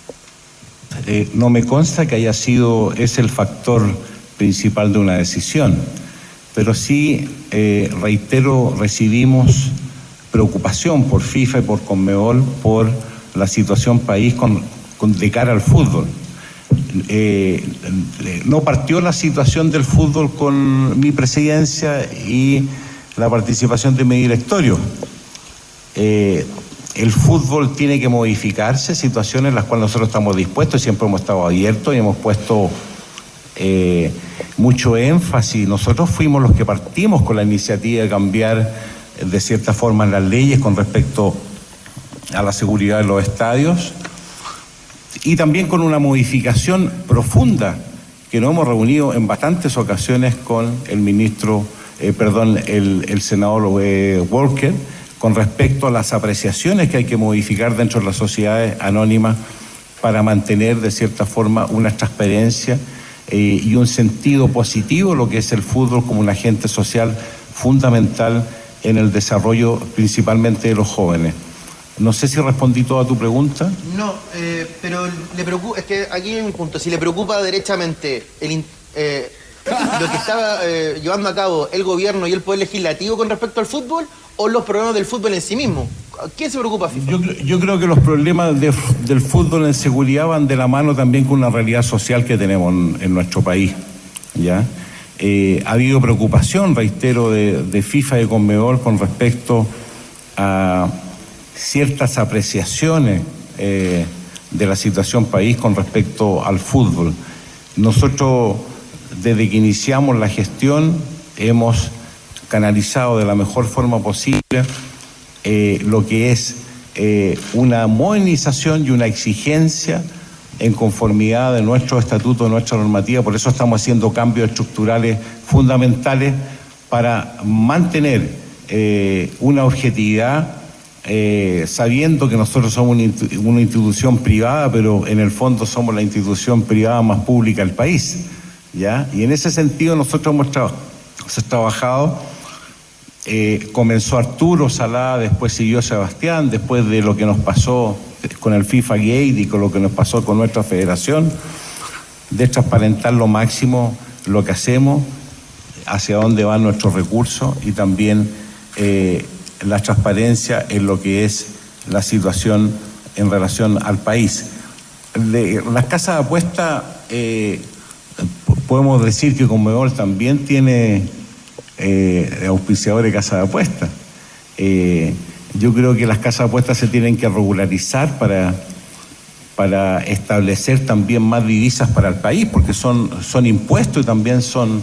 No me consta que haya sido ese el factor principal de una decisión, pero sí, reitero, recibimos preocupación por FIFA y por Conmebol por la situación país de cara al fútbol. No partió la situación del fútbol con mi presidencia y la participación de mi directorio. El fútbol tiene que modificarse, situaciones en las cuales nosotros estamos dispuestos, siempre hemos estado abiertos y hemos puesto mucho énfasis. Nosotros fuimos los que partimos con la iniciativa de cambiar de cierta forma las leyes con respecto a la seguridad de los estadios y también con una modificación profunda que nos hemos reunido en bastantes ocasiones con el ministro, el senador Walker, con respecto a las apreciaciones que hay que modificar dentro de las sociedades anónimas para mantener de cierta forma una transparencia y un sentido positivo lo que es el fútbol como un agente social fundamental en el desarrollo principalmente de los jóvenes. No sé si respondí toda tu pregunta. No, pero le preocupa, es que aquí hay un punto, si le preocupa derechamente lo que estaba llevando a cabo el gobierno y el poder legislativo con respecto al fútbol o los problemas del fútbol en sí mismo. ¿Qué se preocupa FIFA? Yo creo que los problemas del fútbol en seguridad van de la mano también con una realidad social que tenemos en nuestro país, ¿ya? Ha habido preocupación, reitero, de FIFA y de Conmebol con respecto a ciertas apreciaciones de la situación país con respecto al fútbol. Nosotros, desde que iniciamos la gestión, hemos canalizado de la mejor forma posible lo que es una modernización y una exigencia en conformidad de nuestro estatuto, de nuestra normativa. Por eso estamos haciendo cambios estructurales fundamentales para mantener una objetividad, sabiendo que nosotros somos una institución privada, pero en el fondo somos la institución privada más pública del país, ¿ya? Y en ese sentido nosotros hemos trabajado. Comenzó Arturo Salá, después siguió Sebastián, después de lo que nos pasó con el FIFA Gate y con lo que nos pasó con nuestra federación, de transparentar lo máximo lo que hacemos, hacia dónde van nuestros recursos y también la transparencia en lo que es la situación en relación al país. Las casas de apuesta, podemos decir que Conmebol también tiene auspiciadores de casas de apuestas. Yo creo que las casas de apuestas se tienen que regularizar para establecer también más divisas para el país, porque son impuestos y también son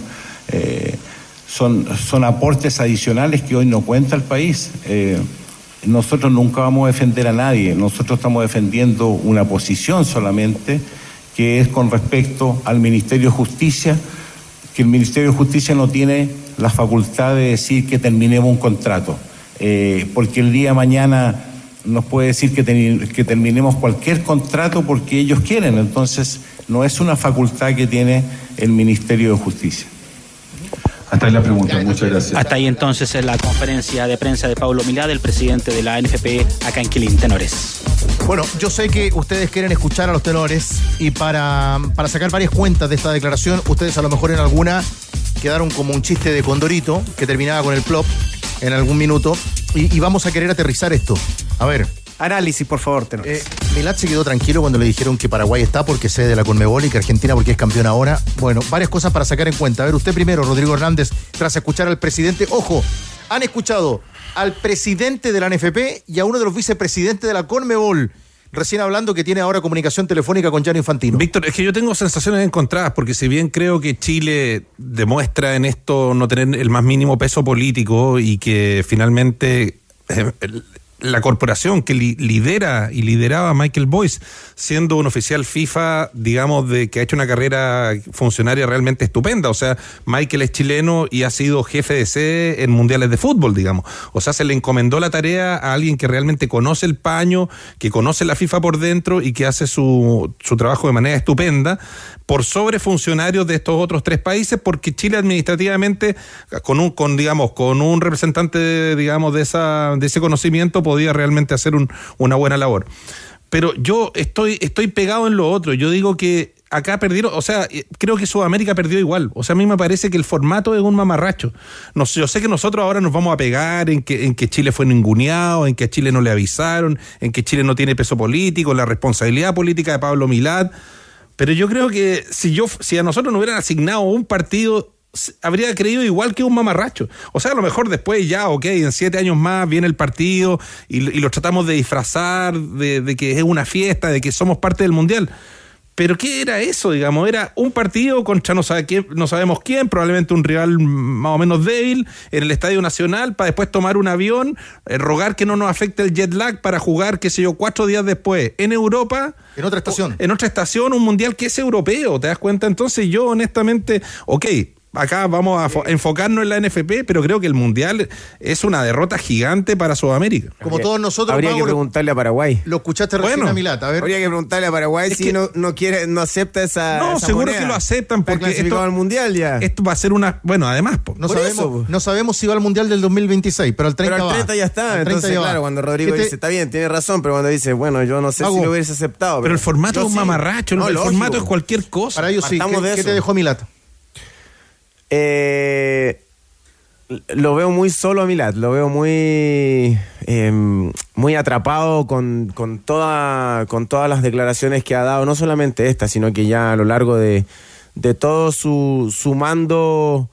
aportes adicionales que hoy no cuenta el país. Nosotros nunca vamos a defender a nadie, nosotros estamos defendiendo una posición solamente, que es con respecto al Ministerio de Justicia, que el Ministerio de Justicia no tiene la facultad de decir que terminemos un contrato, porque el día de mañana nos puede decir que terminemos cualquier contrato porque ellos quieren. Entonces no es una facultad que tiene el Ministerio de Justicia. Hasta ahí la pregunta, muchas gracias. Hasta ahí entonces la conferencia de prensa de Pablo Milad, el presidente de la NFP acá en Quilín. Tenores. Bueno, yo sé que ustedes quieren escuchar a los tenores y para sacar varias cuentas de esta declaración, ustedes a lo mejor en alguna quedaron como un chiste de Condorito que terminaba con el plop en algún minuto y vamos a querer aterrizar esto. A ver. Análisis, por favor, tenores. Milad se quedó tranquilo cuando le dijeron que Paraguay está porque es sede de la Conmebol y que Argentina porque es campeón ahora. Bueno, varias cosas para sacar en cuenta. A ver, usted primero, Rodrigo Hernández, tras escuchar al presidente. Ojo, han escuchado al presidente de la NFP y a uno de los vicepresidentes de la Conmebol, recién hablando que tiene ahora comunicación telefónica con Gianni Infantino. Víctor, es que yo tengo sensaciones encontradas, porque si bien creo que Chile demuestra en esto no tener el más mínimo peso político y que finalmente la corporación que lidera y lideraba Michael Boyce, siendo un oficial FIFA, digamos, de que ha hecho una carrera funcionaria realmente estupenda. O sea, Michael es chileno y ha sido jefe de sede en mundiales de fútbol, digamos. O sea, se le encomendó la tarea a alguien que realmente conoce el paño, que conoce la FIFA por dentro y que hace su trabajo de manera estupenda, por sobre funcionarios de estos otros tres países, porque Chile administrativamente, con un representante, digamos, de ese conocimiento, podía realmente hacer una buena labor. Pero yo estoy pegado en lo otro. Yo digo que acá perdieron, o sea, creo que Sudamérica perdió igual. O sea, a mí me parece que el formato es un mamarracho. Yo sé que nosotros ahora nos vamos a pegar en que Chile fue ninguneado, en que a Chile no le avisaron, en que Chile no tiene peso político, en la responsabilidad política de Pablo Milad. Pero yo creo que si a nosotros nos hubieran asignado un partido, habría creído igual que un mamarracho. O sea, a lo mejor después ya, en 7 años más viene el partido y lo tratamos de disfrazar de que es una fiesta, de que somos parte del Mundial. Pero ¿qué era eso? Digamos, era un partido contra no sabemos quién, probablemente un rival más o menos débil, en el Estadio Nacional, para después tomar un avión, rogar que no nos afecte el jet lag para jugar, 4 días después, en Europa. En otra estación. En otra estación, un mundial que es europeo, ¿te das cuenta? Entonces yo honestamente, acá vamos a enfocarnos en la NFP, pero creo que el Mundial es una derrota gigante para Sudamérica. Como todos nosotros, habría que preguntarle a Paraguay. Lo escuchaste recién a Milad, a ver. Habría que preguntarle a Paraguay si no acepta esa No, esa seguro moneda. que lo aceptan porque esto al Mundial ya. Esto va a ser además, no sabemos si va al Mundial del 2026, pero al 30 pero al 30 va. ya está. Entonces, claro, cuando Rodrigo dice, está bien, tiene razón, pero cuando dice, bueno, yo no sé si lo hubiese aceptado. Pero el formato es un mamarracho, el formato es cualquier cosa. Para ellos sí. ¿Qué te dejó Milad? Lo veo muy solo a Milad, lo veo muy atrapado con todas las declaraciones que ha dado, no solamente esta, sino que ya a lo largo de todo su mando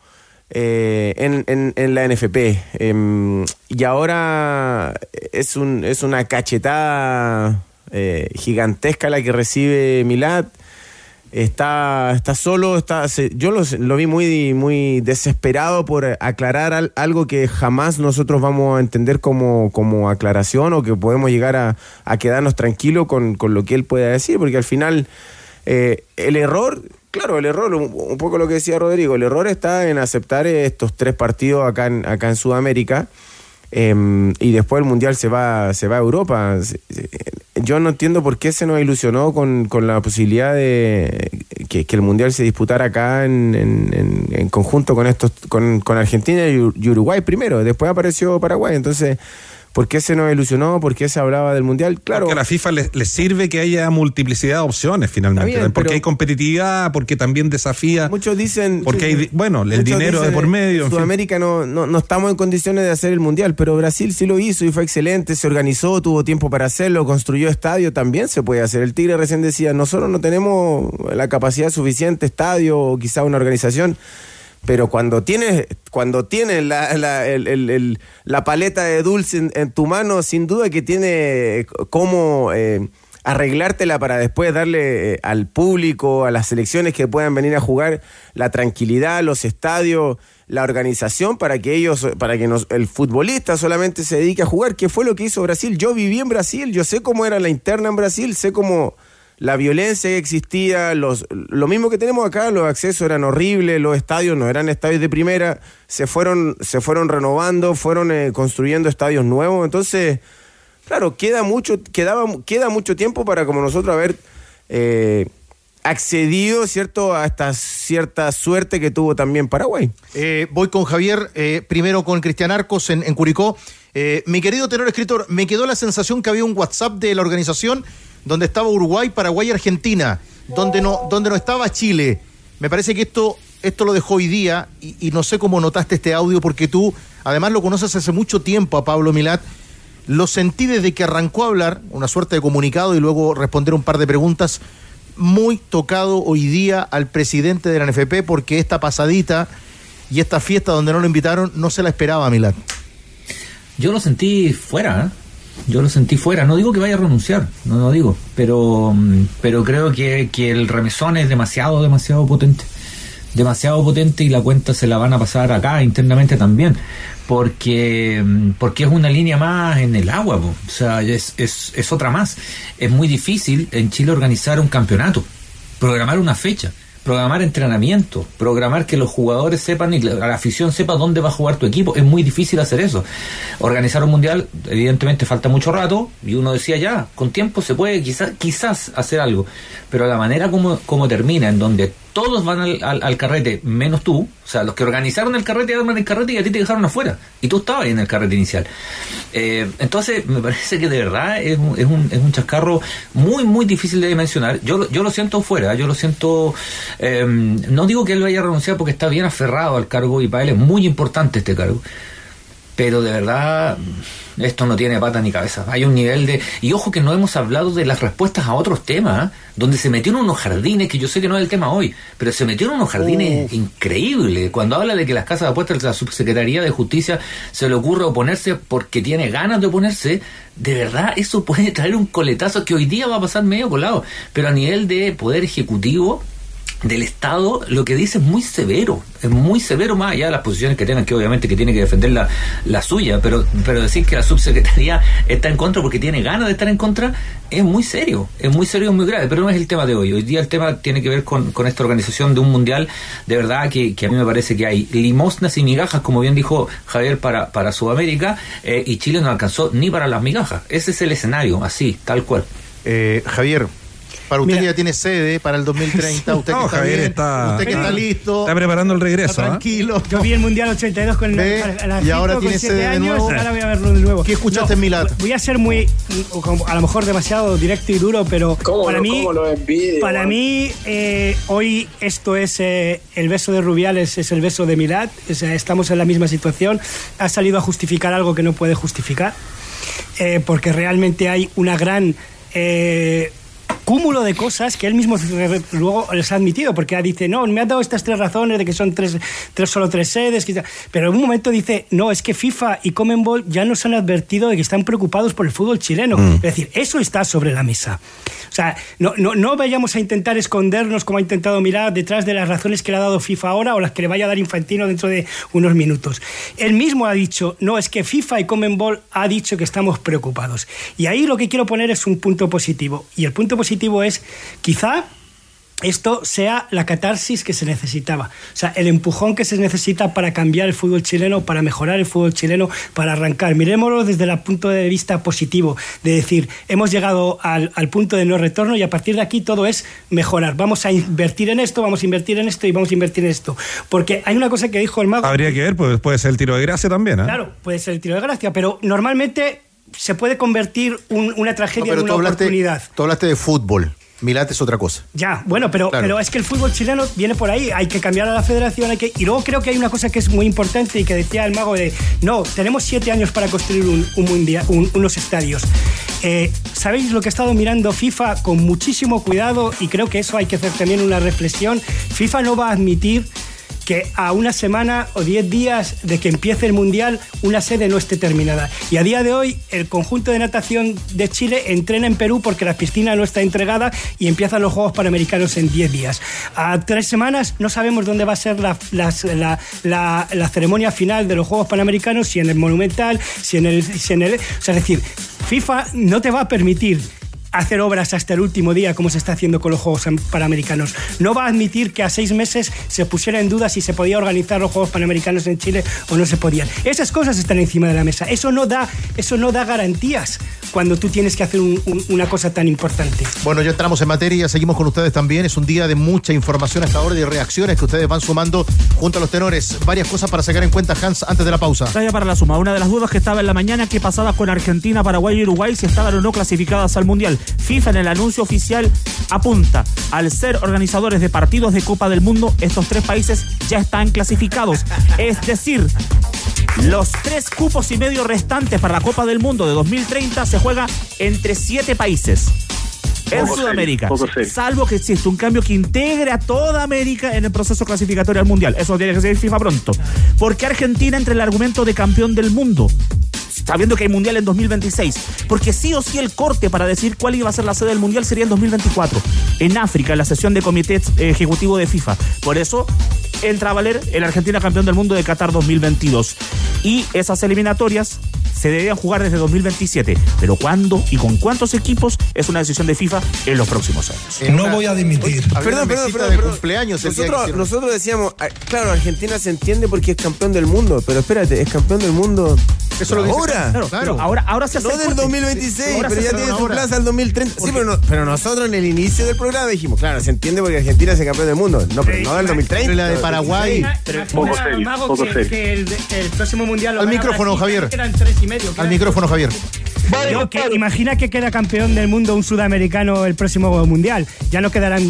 en la NFP. Y ahora es una cachetada gigantesca la que recibe Milad. está solo, yo lo vi muy desesperado por aclarar algo que jamás nosotros vamos a entender como aclaración, o que podemos llegar a quedarnos tranquilos con lo que él pueda decir, porque al final el error, un poco lo que decía Rodrigo, el error está en aceptar estos 3 partidos acá en Sudamérica. Y después el Mundial se va a Europa. Yo no entiendo por qué se nos ilusionó con la posibilidad de que el Mundial se disputara acá en conjunto con Argentina y Uruguay primero, después apareció Paraguay. Entonces, ¿por qué se nos ilusionó? ¿Por qué se hablaba del Mundial? Claro. Porque a la FIFA le sirve que haya multiplicidad de opciones finalmente. Bien, porque hay competitividad, porque también desafía. Muchos dicen. Porque hay, el dinero de por medio. Sudamérica no estamos en condiciones de hacer el Mundial, pero Brasil sí lo hizo y fue excelente, se organizó, tuvo tiempo para hacerlo, construyó estadio, también se puede hacer. El Tigre recién decía, nosotros no tenemos la capacidad suficiente, estadio o quizá una organización. Pero cuando tienes la paleta de dulce en tu mano, sin duda que tiene cómo arreglártela para después darle al público, a las selecciones que puedan venir a jugar, la tranquilidad, los estadios, la organización para que el futbolista solamente se dedique a jugar, que fue lo que hizo Brasil. Yo viví en Brasil, yo sé cómo era la interna en Brasil, sé cómo la violencia que existía, lo mismo que tenemos acá, los accesos eran horribles, los estadios no eran estadios de primera, se fueron renovando, fueron construyendo estadios nuevos. Entonces, claro, queda mucho tiempo para como nosotros haber accedido, ¿cierto?, a esta cierta suerte que tuvo también Paraguay. Voy con Javier, primero con Cristian Arcos en Curicó. Mi querido tenor escritor, me quedó la sensación que había un WhatsApp de la organización donde estaba Uruguay, Paraguay y Argentina, donde no estaba Chile. Me parece que esto lo dejó hoy día, y no sé cómo notaste este audio, porque tú además lo conoces hace mucho tiempo a Pablo Milat. Lo sentí desde que arrancó a hablar, una suerte de comunicado y luego responder un par de preguntas, muy tocado hoy día al presidente de la NFP, porque esta pasadita y esta fiesta donde no lo invitaron no se la esperaba, Milat. Yo lo sentí fuera, no digo que vaya a renunciar, no digo, pero creo que el remesón es demasiado potente, y la cuenta se la van a pasar acá internamente también, porque es una línea más en el agua, o sea, es otra más. Es muy difícil en Chile organizar un campeonato, programar una fecha, programar entrenamiento, programar que los jugadores sepan y la afición sepa dónde va a jugar tu equipo. Es muy difícil hacer eso. Organizar un mundial, evidentemente falta mucho rato, y uno decía ya, con tiempo se puede quizás hacer algo, pero la manera como termina, en donde todos van al carrete, menos tú, o sea, los que organizaron el carrete arman el carrete y a ti te dejaron afuera, y tú estabas ahí en el carrete inicial. Entonces, me parece que de verdad es un chascarro muy difícil de dimensionar. Yo lo siento fuera, yo lo siento, no digo que él vaya a renunciar porque está bien aferrado al cargo y para él es muy importante este cargo, pero de verdad esto no tiene pata ni cabeza. Hay un nivel de... Y ojo que no hemos hablado de las respuestas a otros temas, donde se metió en unos jardines, que yo sé que no es el tema hoy, pero se metió en unos jardines increíbles. Cuando habla de que las casas de apuestas de la Subsecretaría de Justicia se le ocurre oponerse porque tiene ganas de oponerse, de verdad eso puede traer un coletazo que hoy día va a pasar medio colado, pero a nivel de poder ejecutivo del Estado, lo que dice es muy severo, más allá de las posiciones que tengan, que obviamente que tiene que defender la suya, pero decir que la subsecretaría está en contra porque tiene ganas de estar en contra, es muy serio, es muy grave, pero no es el tema de hoy. Hoy día el tema tiene que ver con esta organización de un mundial, de verdad que a mí me parece que hay limosnas y migajas, como bien dijo Javier, para Sudamérica, y Chile no alcanzó ni para las migajas. Ese es el escenario, así, tal cual. Javier, para usted ya tiene sede para el 2030, usted que está Javier bien, usted que está listo, está preparando el regreso, está tranquilo. Yo vi el Mundial 82 con y ahora tiene sede de nuevo. Ahora voy a verlo de nuevo. ¿Qué escuchaste en Milán? Voy a ser muy, a lo mejor demasiado directo y duro, pero para mí hoy esto es el beso de Rubiales, es el beso de Milán. O sea, estamos en la misma situación. Ha salido a justificar algo que no puede justificar, porque realmente hay una gran cúmulo de cosas que él mismo luego les ha admitido, porque dice, no, me han dado estas 3 razones de que son solo tres sedes, pero en un momento dice, no, es que FIFA y Conmebol ya nos han advertido de que están preocupados por el fútbol chileno. Es decir, eso está sobre la mesa. O sea, no vayamos a intentar escondernos como ha intentado mirar detrás de las razones que le ha dado FIFA ahora o las que le vaya a dar Infantino dentro de unos minutos. Él mismo ha dicho, no, es que FIFA y Conmebol ha dicho que estamos preocupados. Y ahí lo que quiero poner es un punto positivo. Y el punto positivo es, quizá esto sea la catarsis que se necesitaba. O sea, el empujón que se necesita para cambiar el fútbol chileno, para mejorar el fútbol chileno, para arrancar. Miremoslo desde el punto de vista positivo, de decir, hemos llegado al punto de no retorno y a partir de aquí todo es mejorar. Vamos a invertir en esto, vamos a invertir en esto y vamos a invertir en esto. Porque hay una cosa que dijo el Mago. Habría que ver, pues puede ser el tiro de gracia también, ¿eh? Claro, puede ser el tiro de gracia, pero normalmente se puede convertir una tragedia en una oportunidad. Tú hablaste de fútbol. Milad es otra cosa. Ya, bueno, pero es que el fútbol chileno viene por ahí. Hay que cambiar a la federación. Y luego creo que hay una cosa que es muy importante y que decía el Mago de, no, tenemos 7 años para construir un mundial, unos estadios. ¿Sabéis lo que ha estado mirando FIFA con muchísimo cuidado? Y creo que eso hay que hacer también una reflexión. FIFA no va a admitir que a una semana o 10 días de que empiece el Mundial una sede no esté terminada. Y a día de hoy el conjunto de natación de Chile entrena en Perú porque la piscina no está entregada y empiezan los Juegos Panamericanos en 10 días. A 3 semanas no sabemos dónde va a ser la ceremonia final de los Juegos Panamericanos, si en el Monumental, si en el... O sea, es decir, FIFA no te va a permitir hacer obras hasta el último día como se está haciendo con los Juegos Panamericanos. No va a admitir que a 6 meses se pusiera en duda si se podía organizar los Juegos Panamericanos en Chile o no se podían. Esas cosas están encima de la mesa. Eso no da garantías cuando tú tienes que hacer una cosa tan importante. Bueno, ya entramos en materia, seguimos con ustedes también. Es un día de mucha información hasta ahora y de reacciones que ustedes van sumando junto a los tenores. Varias cosas para sacar en cuenta, Hans, antes de la pausa. Vaya para la suma. Una de las dudas que estaba en la mañana, ¿qué pasaba con Argentina, Paraguay y Uruguay si estaban o no clasificadas al Mundial? FIFA en el anuncio oficial apunta, al ser organizadores de partidos de Copa del Mundo, estos 3 países ya están clasificados. Es decir, los 3 cupos y medio restantes para la Copa del Mundo de 2030 se juega entre 7 países en Sudamérica, salvo que existe un cambio que integre a toda América en el proceso clasificatorio al Mundial. Eso tiene que ser FIFA pronto. Porque Argentina entre el argumento de campeón del mundo, sabiendo que hay Mundial en 2026, porque sí o sí el corte para decir cuál iba a ser la sede del Mundial sería en 2024, en África, en la sesión de comité ejecutivo de FIFA. Por eso entra a valer el Argentina campeón del mundo de Qatar 2022. Y esas eliminatorias se deberían jugar desde 2027. Pero cuándo y con cuántos equipos es una decisión de FIFA en los próximos años. No voy a dimitir. Perdón. De cumpleaños nosotros decíamos, claro, Argentina se entiende porque es campeón del mundo, pero espérate, es campeón del mundo. Eso lo dice ahora. Claro. Ahora se hace. No del 2026, pero ya tiene su plaza al 2030. Sí, pero nosotros en el inicio del programa dijimos, claro, se entiende porque Argentina es el campeón del mundo. No, pero no del 2030. Pero la de Paraguay. Poco serio. Que el próximo Mundial. Al micrófono, Javier. Eran 3,5. Al micrófono, Javier. Imagina que queda campeón del mundo un sudamericano el próximo Mundial. Ya no quedarán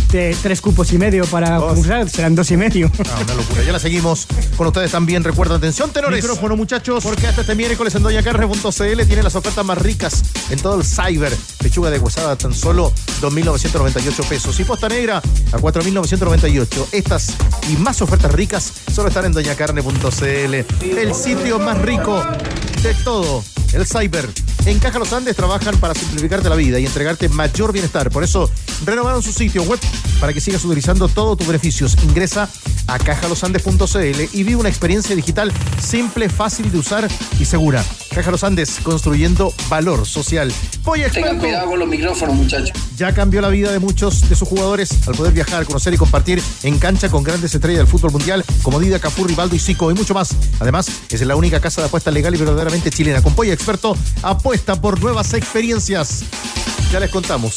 3 cupos y medio para usar, serán 2,5. Una locura. Ya la seguimos con ustedes también. Recuerda, atención, tenores. Micrófono, muchachos, porque hasta este miércoles en doñacarne.cl tienen las ofertas más ricas en todo el cyber. Pechuga de huesada tan solo 2.998 pesos. Y posta negra a 4.998. Estas y más ofertas ricas solo están en doñacarne.cl. El sitio más rico de todo el cyber. En Caja Los Andes trabajan para simplificarte la vida y entregarte mayor bienestar. Por eso renovaron su sitio web para que sigas utilizando todos tus beneficios. Ingresa a cajalosandes.cl y vive una experiencia digital simple, fácil de usar y segura. Caja Los Andes, construyendo valor social. Tengan cuidado con los micrófonos, muchachos. Ya cambió la vida de muchos de sus jugadores al poder viajar, conocer y compartir en cancha con grandes estrellas del fútbol mundial como Dida, Cafú, Rivaldo y Zico y mucho más. Además, es la única casa de apuestas legal y verdaderamente chilena. Con Polla Experto, apuesta por nuevas experiencias. Ya les contamos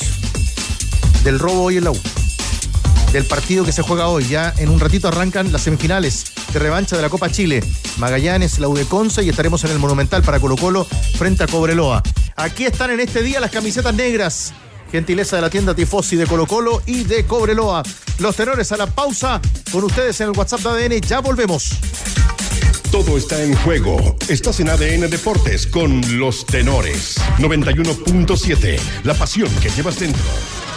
del robo hoy en la U, del partido que se juega hoy. Ya en un ratito arrancan las semifinales de revancha de la Copa Chile. Magallanes, la U de Conce, y estaremos en el Monumental para Colo-Colo frente a Cobreloa. Aquí están en este día las camisetas negras, gentileza de la tienda Tifosi de Colo-Colo y de Cobreloa. Los tenores a la pausa con ustedes en el WhatsApp de ADN. Ya volvemos. Todo está en juego. Estás en ADN Deportes con los tenores. 91.7. La pasión que llevas dentro.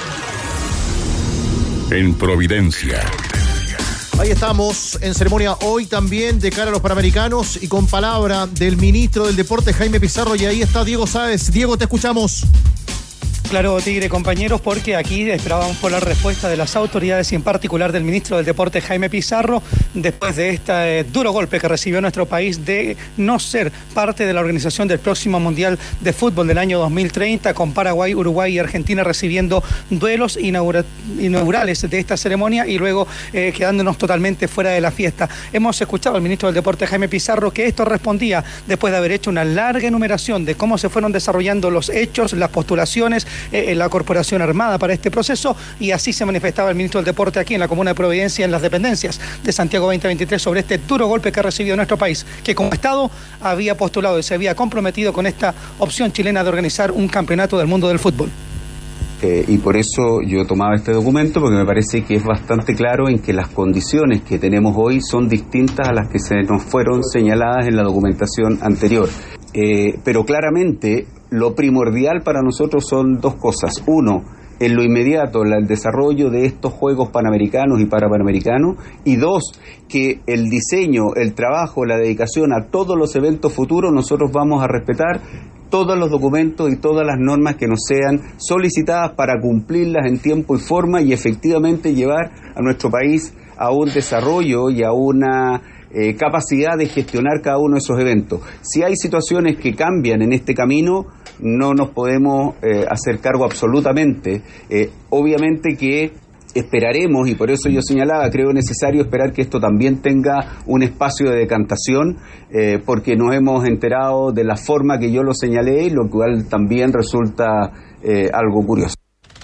en Providencia. Ahí estamos en ceremonia hoy también de cara a los Panamericanos y con palabra del ministro del Deporte Jaime Pizarro, y ahí está Diego Sáez. Diego, te escuchamos. Claro, Tigre, compañeros, porque aquí esperábamos por la respuesta de las autoridades y en particular del ministro del Deporte Jaime Pizarro después de este duro golpe que recibió nuestro país de no ser parte de la organización del próximo Mundial de Fútbol del año 2030, con Paraguay, Uruguay y Argentina recibiendo duelos inaugurales de esta ceremonia y luego quedándonos totalmente fuera de la fiesta. Hemos escuchado al ministro del Deporte Jaime Pizarro que esto respondía después de haber hecho una larga enumeración de cómo se fueron desarrollando los hechos, las postulaciones, la Corporación Armada para este proceso, y así se manifestaba el ministro del Deporte aquí en la Comuna de Providencia, en las dependencias de Santiago 2023, sobre este duro golpe que ha recibido nuestro país, que como Estado había postulado y se había comprometido con esta opción chilena de organizar un campeonato del mundo del fútbol. Y por eso yo tomaba este documento, porque me parece que es bastante claro en que las condiciones que tenemos hoy son distintas a las que se nos fueron señaladas en la documentación anterior. Pero claramente lo primordial para nosotros son dos cosas. Uno, en lo inmediato, el desarrollo de estos Juegos Panamericanos y Parapanamericanos. Y dos, que el diseño, el trabajo, la dedicación a todos los eventos futuros, nosotros vamos a respetar todos los documentos y todas las normas que nos sean solicitadas para cumplirlas en tiempo y forma y efectivamente llevar a nuestro país a un desarrollo y a una capacidad de gestionar cada uno de esos eventos. Si hay situaciones que cambian en este camino, no nos podemos hacer cargo absolutamente. Obviamente que esperaremos, y por eso yo señalaba, creo necesario esperar que esto también tenga un espacio de decantación, porque nos hemos enterado de la forma que yo lo señalé, lo cual también resulta algo curioso.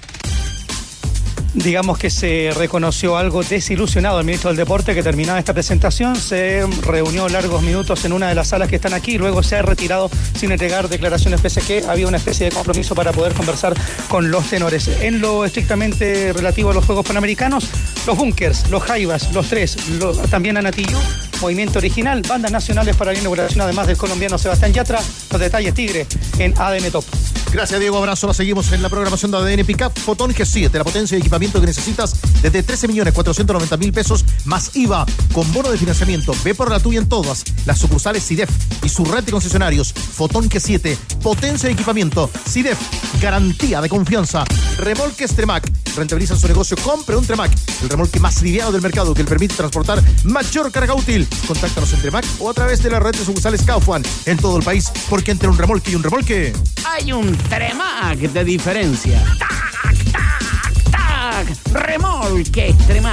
Digamos que se reconoció algo desilusionado al ministro del Deporte, que terminaba esta presentación, se reunió largos minutos en una de las salas que están aquí, luego se ha retirado sin entregar declaraciones, pese a que había una especie de compromiso para poder conversar con los tenores. En lo estrictamente relativo a los Juegos Panamericanos, los Bunkers, los Jaivas, los Tres, también Anatillo, Movimiento Original, bandas nacionales para la inauguración, además del colombiano Sebastián Yatra. Los detalles, Tigre, en ADN Top. Gracias, Diego. Abrazo. La seguimos en la programación de ADN Pickup. Fotón G7, la potencia de equipamiento que necesitas desde 13.490.000 pesos más IVA, con bono de financiamiento. Ve por la tuya en todas las sucursales CIDEF y su red de concesionarios. Fotón G7, potencia de equipamiento. CIDEF, garantía de confianza. Remolques Tremac, rentabilizan su negocio. Compre un Tremac, el remolque más liviano del mercado que le permite transportar mayor carga útil. Contáctanos en Tremac o a través de la red de sucursales Kaufman en todo el país, porque entre un remolque y un remolque hay un Tremac de diferencia. ¡Tac, tac, tac! Remolque Tremac.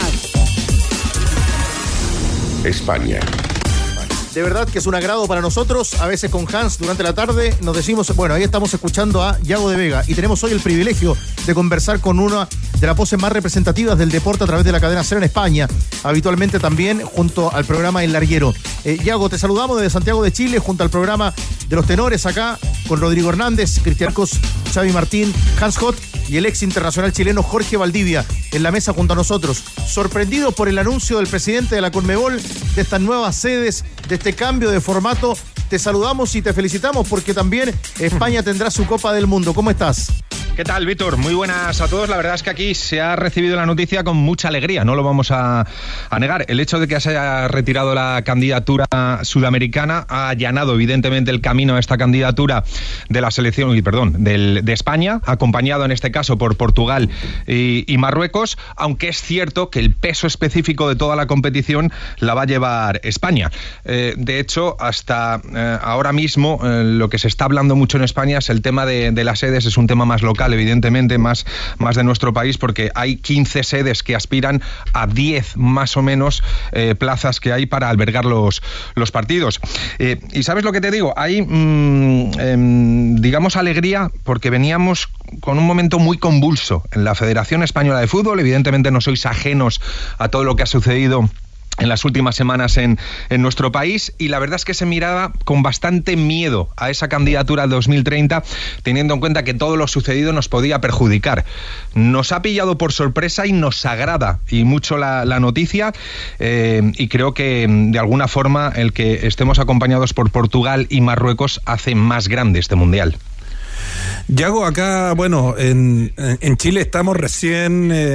España. De verdad que es un agrado para nosotros. A veces con Hans durante la tarde nos decimos, bueno, ahí estamos escuchando a Yago de Vega y tenemos hoy el privilegio de conversar con una de las voces más representativas del deporte a través de la cadena SER en España, habitualmente también junto al programa El Larguero. Yago, te saludamos desde Santiago de Chile junto al programa de los tenores acá con Rodrigo Hernández, Cristian Cos, Xavi Martín, Hans Hott y el ex internacional chileno Jorge Valdivia en la mesa junto a nosotros. Sorprendidos por el anuncio del presidente de la Conmebol de estas nuevas sedes, de este cambio de formato, te saludamos y te felicitamos porque también España tendrá su Copa del Mundo. ¿Cómo estás? ¿Qué tal, Víctor? Muy buenas a todos. La verdad es que aquí se ha recibido la noticia con mucha alegría, no lo vamos a negar. El hecho de que se haya retirado la candidatura sudamericana ha allanado evidentemente el camino a esta candidatura de la selección, de España, acompañado en este caso por Portugal y Marruecos, aunque es cierto que el peso específico de toda la competición la va a llevar España. De hecho, hasta ahora mismo lo que se está hablando mucho en España es el tema de las sedes, es un tema más local, evidentemente, más de nuestro país, porque hay 15 sedes que aspiran a 10 más o menos plazas que hay para albergar los partidos. Y ¿sabes lo que te digo? Hay, digamos, alegría porque veníamos con un momento muy convulso en la Federación Española de Fútbol. Evidentemente no sois ajenos a todo lo que ha sucedido en las últimas semanas en nuestro país, y la verdad es que se miraba con bastante miedo a esa candidatura al 2030, teniendo en cuenta que todo lo sucedido nos podía perjudicar. Nos ha pillado por sorpresa y nos agrada y mucho la noticia, y creo que de alguna forma el que estemos acompañados por Portugal y Marruecos hace más grande este Mundial. Yago, acá, bueno, en Chile estamos recién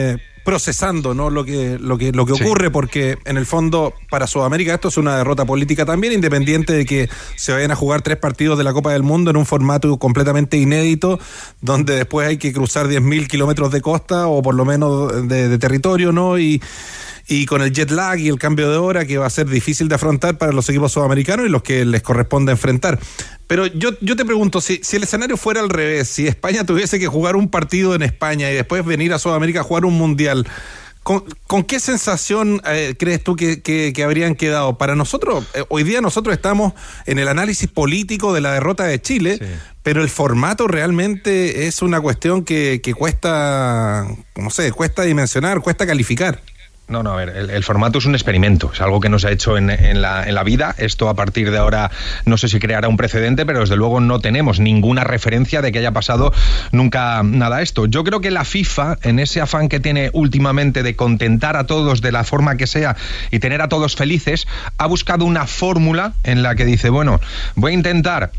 procesando, ¿no? lo que ocurre, porque en el fondo para Sudamérica esto es una derrota política también, independiente de que se vayan a jugar 3 partidos de la Copa del Mundo en un formato completamente inédito, donde después hay que cruzar 10.000 kilómetros de costa o por lo menos de territorio, ¿no? Y con el jet lag y el cambio de hora, que va a ser difícil de afrontar para los equipos sudamericanos y los que les corresponde enfrentar. Pero yo te pregunto, si el escenario fuera al revés, si España tuviese que jugar un partido en España y después venir a Sudamérica a jugar un mundial, ¿con qué sensación crees tú que habrían quedado? Para nosotros, hoy día nosotros estamos en el análisis político de la derrota de Chile, sí, pero el formato realmente es una cuestión que cuesta, no sé, cuesta dimensionar, cuesta calificar. No, a ver, el formato es un experimento, es algo que no se ha hecho en la vida. Esto a partir de ahora no sé si creará un precedente, pero desde luego no tenemos ninguna referencia de que haya pasado nunca nada esto. Yo creo que la FIFA, en ese afán que tiene últimamente de contentar a todos de la forma que sea y tener a todos felices, ha buscado una fórmula en la que dice, bueno, voy a intentar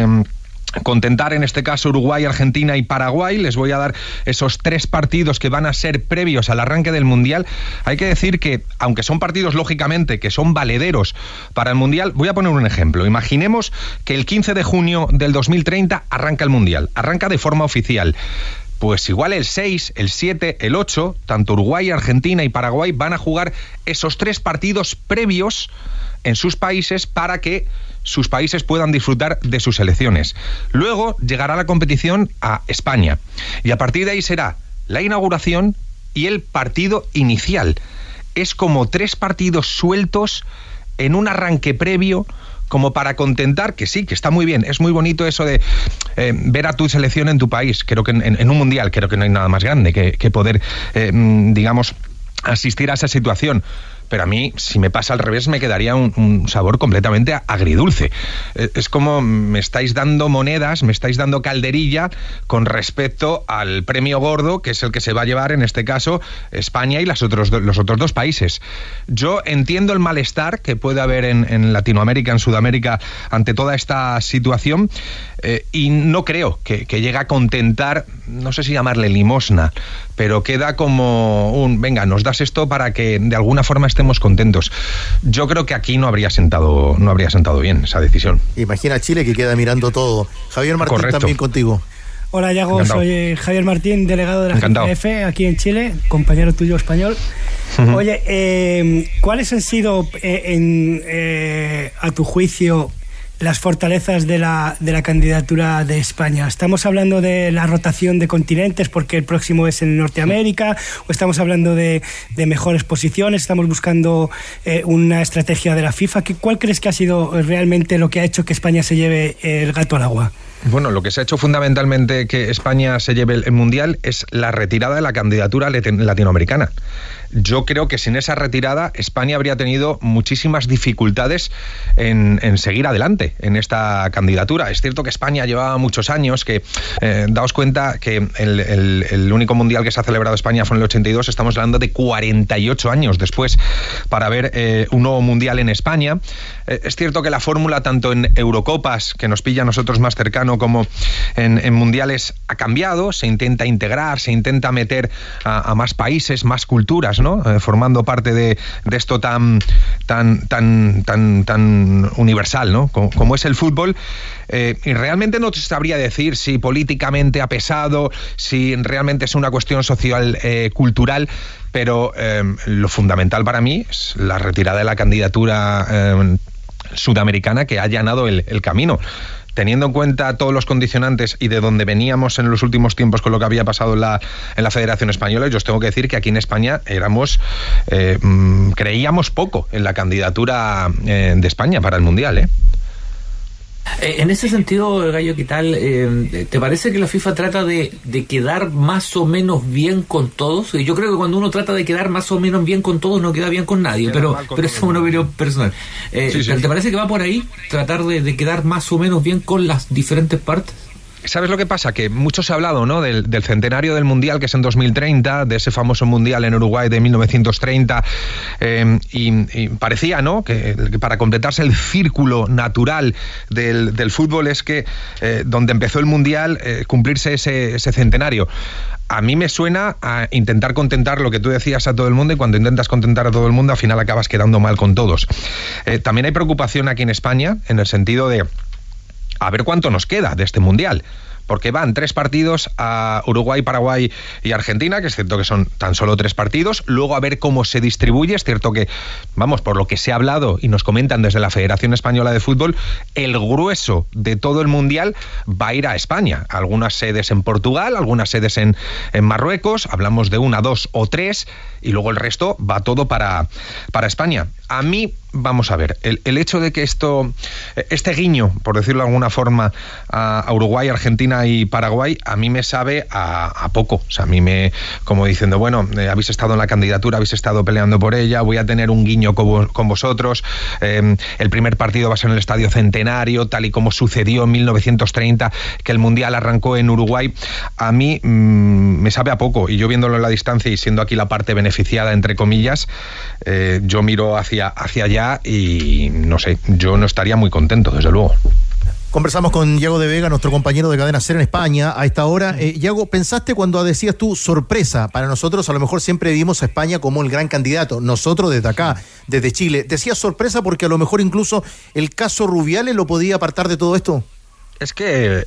contentar en este caso Uruguay, Argentina y Paraguay. Les voy a dar esos 3 partidos que van a ser previos al arranque del Mundial. Hay que decir que, aunque son partidos lógicamente que son valederos para el Mundial, voy a poner un ejemplo. Imaginemos que el 15 de junio del 2030 arranca el Mundial, arranca de forma oficial. Pues igual el 6, el 7, el 8, tanto Uruguay, Argentina y Paraguay van a jugar esos 3 partidos previos en sus países para que sus países puedan disfrutar de sus selecciones. Luego llegará la competición a España y a partir de ahí será la inauguración y el partido inicial. Es como 3 partidos sueltos en un arranque previo, como para contentar, que sí, que está muy bien, es muy bonito eso de ver a tu selección en tu país. Creo que en un mundial creo que no hay nada más grande que poder, digamos, asistir a esa situación. Pero a mí, si me pasa al revés, me quedaría un sabor completamente agridulce. Es como me estáis dando monedas, me estáis dando calderilla con respecto al premio gordo, que es el que se va a llevar, en este caso, España y los otros 2 países. Yo entiendo el malestar que puede haber en Latinoamérica, en Sudamérica, ante toda esta situación, y no creo que llegue a contentar, no sé si llamarle limosna, pero queda como venga, nos das esto para que de alguna forma estemos contentos. Yo creo que aquí no habría sentado bien esa decisión. Imagina a Chile que queda mirando todo. Javier Martín, correcto, también contigo. Hola, Yago, soy Javier Martín, delegado de la GPF aquí en Chile, compañero tuyo español. Uh-huh. Oye, ¿cuáles han sido, a tu juicio, las fortalezas de la candidatura de España? ¿Estamos hablando de la rotación de continentes porque el próximo es en Norteamérica? ¿O estamos hablando de mejores posiciones? ¿Estamos buscando una estrategia de la FIFA? ¿Cuál crees que ha sido realmente lo que ha hecho que España se lleve el gato al agua? Bueno, lo que se ha hecho fundamentalmente que España se lleve el Mundial es la retirada de la candidatura latinoamericana. Yo creo que sin esa retirada España habría tenido muchísimas dificultades en seguir adelante en esta candidatura. Es cierto que España llevaba muchos años, que daos cuenta que el único mundial que se ha celebrado España fue en el 82, estamos hablando de 48 años después para ver un nuevo mundial en España. Es cierto que la fórmula, tanto en Eurocopas, que nos pilla a nosotros más cercano, como en mundiales, ha cambiado. Se intenta integrar, se intenta meter a más países, más culturas, ¿no? Formando parte de esto tan universal, ¿no? Como es el fútbol. Y realmente no te sabría decir si políticamente ha pesado, si realmente es una cuestión social, cultural, pero lo fundamental para mí es la retirada de la candidatura sudamericana, que ha allanado el camino. Teniendo en cuenta todos los condicionantes y de donde veníamos en los últimos tiempos con lo que había pasado en la Federación Española, yo os tengo que decir que aquí en España creíamos poco en la candidatura de España para el Mundial, En ese sentido, Gallo, ¿qué tal? ¿Te parece que la FIFA trata de quedar más o menos bien con todos? Yo creo que cuando uno trata de quedar más o menos bien con todos, no queda bien con nadie, pero eso es una opinión personal. Sí. ¿Te parece que va por ahí? ¿Tratar de quedar más o menos bien con las diferentes partes? ¿Sabes lo que pasa? Que mucho se ha hablado, ¿no? Del centenario del Mundial, que es en 2030, de ese famoso Mundial en Uruguay de 1930, y parecía, ¿no? Que para completarse el círculo natural del fútbol es que donde empezó el Mundial, cumplirse ese centenario. A mí me suena a intentar contentar lo que tú decías a todo el mundo, y cuando intentas contentar a todo el mundo, al final acabas quedando mal con todos. También hay preocupación aquí en España, en el sentido de a ver cuánto nos queda de este Mundial. Porque van 3 partidos a Uruguay, Paraguay y Argentina, que es cierto que son tan solo 3 partidos. Luego a ver cómo se distribuye. Es cierto que, vamos, por lo que se ha hablado y nos comentan desde la Federación Española de Fútbol, el grueso de todo el Mundial va a ir a España. Algunas sedes en Portugal, algunas sedes en Marruecos. Hablamos de 1, 2 o 3, y luego el resto va todo para España. A mí, vamos a ver, el hecho de que este guiño, por decirlo de alguna forma, a Uruguay, Argentina y Paraguay, a mí me sabe a poco. O sea, a mí como diciendo, bueno, habéis estado en la candidatura, habéis estado peleando por ella, voy a tener un guiño con vosotros, el primer partido va a ser en el Estadio Centenario, tal y como sucedió en 1930, que el Mundial arrancó en Uruguay. A mí me sabe a poco, y yo viéndolo en la distancia y siendo aquí la parte beneficiada, entre comillas, yo miro hacia allá y no sé, yo no estaría muy contento, desde luego. Conversamos con Yago de Vega, nuestro compañero de Cadena SER en España, a esta hora. Yago, ¿pensaste cuando decías tú sorpresa? Para nosotros a lo mejor siempre vimos a España como el gran candidato, nosotros desde acá, desde Chile. ¿Decías sorpresa porque a lo mejor incluso el caso Rubiales lo podía apartar de todo esto? Es que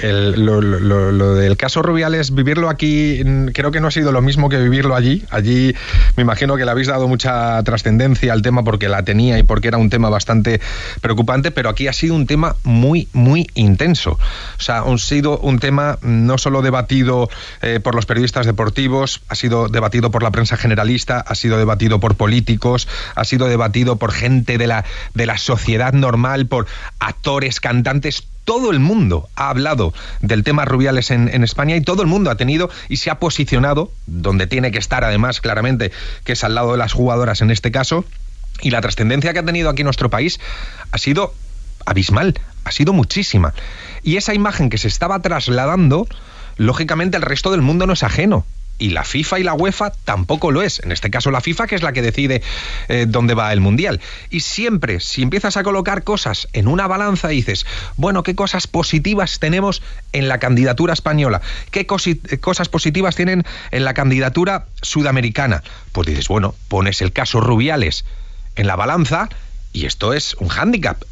lo del caso Rubiales, vivirlo aquí, creo que no ha sido lo mismo que vivirlo allí. Allí me imagino que le habéis dado mucha trascendencia al tema porque la tenía y porque era un tema bastante preocupante, pero aquí ha sido un tema muy, muy intenso. O sea, ha sido un tema no solo debatido por los periodistas deportivos, ha sido debatido por la prensa generalista, ha sido debatido por políticos, ha sido debatido por gente de la sociedad normal, por actores, cantantes. Todo el mundo ha hablado del tema Rubiales en España, y todo el mundo ha tenido y se ha posicionado donde tiene que estar, además, claramente, que es al lado de las jugadoras en este caso, y la trascendencia que ha tenido aquí nuestro país ha sido abismal, ha sido muchísima. Y esa imagen que se estaba trasladando, lógicamente el resto del mundo no es ajeno. Y la FIFA y la UEFA tampoco lo es. En este caso la FIFA, que es la que decide dónde va el Mundial. Y siempre, si empiezas a colocar cosas en una balanza y dices, bueno, ¿qué cosas positivas tenemos en la candidatura española? ¿Qué cosas positivas tienen en la candidatura sudamericana? Pues dices, bueno, pones el caso Rubiales en la balanza, y esto es un hándicap,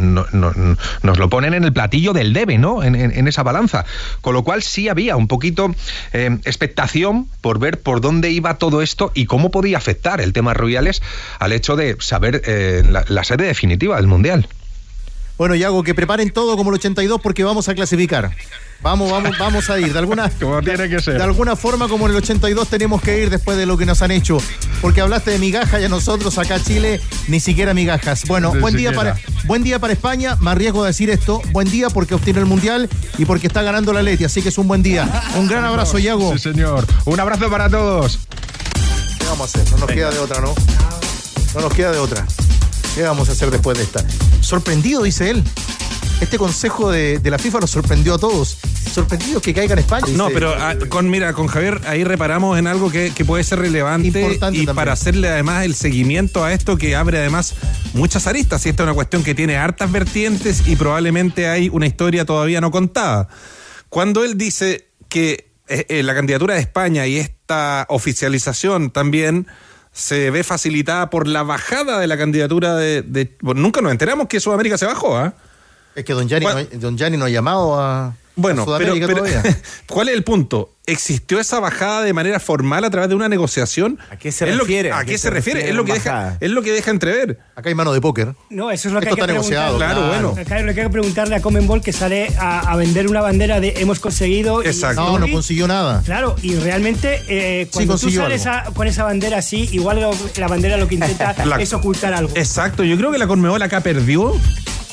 nos lo ponen en el platillo del debe, ¿no? En esa balanza. Con lo cual sí había un poquito expectación por ver por dónde iba todo esto y cómo podía afectar el tema Rubiales al hecho de saber la sede definitiva del Mundial. Bueno, Yago, que preparen todo como el 82 porque vamos a clasificar. Vamos a ir. Como tiene que ser. De alguna forma, como en el 82 tenemos que ir después de lo que nos han hecho. Porque hablaste de migajas y a nosotros acá Chile ni siquiera migajas. Bueno, buen día para España. Me arriesgo a decir esto. Buen día porque obtiene el Mundial y porque está ganando la Leti. Así que es un buen día. Un gran abrazo, Yago. Sí, señor. Un abrazo para todos. ¿Qué vamos a hacer? No nos queda de otra, ¿no? No nos queda de otra. ¿Qué vamos a hacer después de esta? Sorprendido, dice él. Este consejo de la FIFA nos sorprendió a todos. Sorprendidos que caiga en España. No, pero con Javier ahí reparamos en algo que puede ser relevante y también, para hacerle además el seguimiento a esto que abre además muchas aristas. Y esta es una cuestión que tiene hartas vertientes y probablemente hay una historia todavía no contada. Cuando él dice que la candidatura de España y esta oficialización también se ve facilitada por la bajada de la candidatura bueno, nunca nos enteramos que Sudamérica se bajó, ¿ah? Es que Don Gianni no ha llamado a Sudamérica todavía. ¿Cuál es el punto? ¿Existió esa bajada de manera formal a través de una negociación? ¿A qué se refiere? ¿A qué se refiere? Es lo que deja entrever. Acá hay mano de póker. No, eso es lo que Esto hay que negociado. Claro, bueno. Acá hay que preguntarle a Conmebol, que sale a vender una bandera de hemos conseguido. Exacto. No consiguió nada. Claro, y realmente cuando tú sales con esa bandera así, igual la bandera lo que intenta es ocultar algo. Exacto, yo creo que la Conmebol acá perdió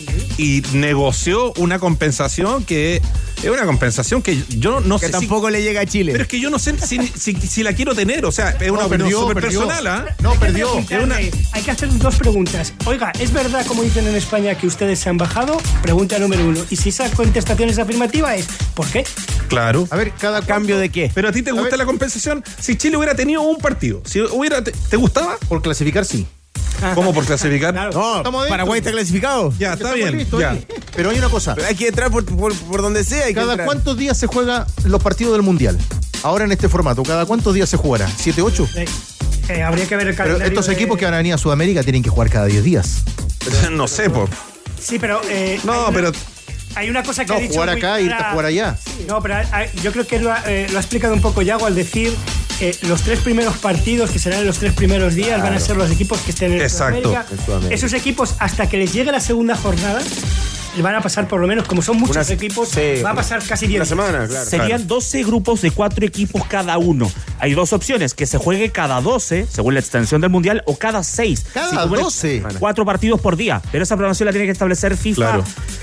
y negoció una compensación que es una compensación que yo no sé que tampoco le llega a Chile. Pero es que yo no sé si la quiero tener, o sea, es una opinión súper personal, ¿ah? No, perdió. Hay que hacer dos preguntas. Oiga, ¿es verdad, como dicen en España, que ustedes se han bajado? Pregunta número 1. Y si esa contestación es afirmativa, es ¿por qué? Claro. A ver, ¿cada cambio de qué? Pero a ti te gusta la compensación si Chile hubiera tenido un partido. Si hubiera, ¿te gustaba? Por clasificar, sí. ¿Cómo por clasificar? Claro. No, Paraguay está clasificado. Ya, está bien. Ya. Pero hay una cosa. Pero hay que entrar por donde sea. ¿Cada cuántos días se juegan los partidos del Mundial? Ahora en este formato, ¿cada cuántos días se jugará? ¿7, 8? Habría que ver el calendario. Pero estos equipos que van a venir a Sudamérica tienen que jugar cada 10 días. No sé, po. Sí, pero... pero... Hay una cosa que ha dicho... jugar acá y irte a jugar allá. Sí, no, pero yo creo que lo ha explicado un poco Yago al decir... los 3 primeros partidos, que serán los 3 primeros días, van a ser los equipos que estén en Sudamérica. Esos equipos, hasta que les llegue la segunda jornada, van a pasar por lo menos, como son muchos equipos, va a pasar casi 10 días. Semana, claro. Serían 12 grupos de 4 equipos cada uno. Hay 2 opciones, que se juegue cada 12, según la extensión del Mundial, o cada 6. Cada 12. 4 partidos por día. Pero esa programación la tiene que establecer FIFA. Claro.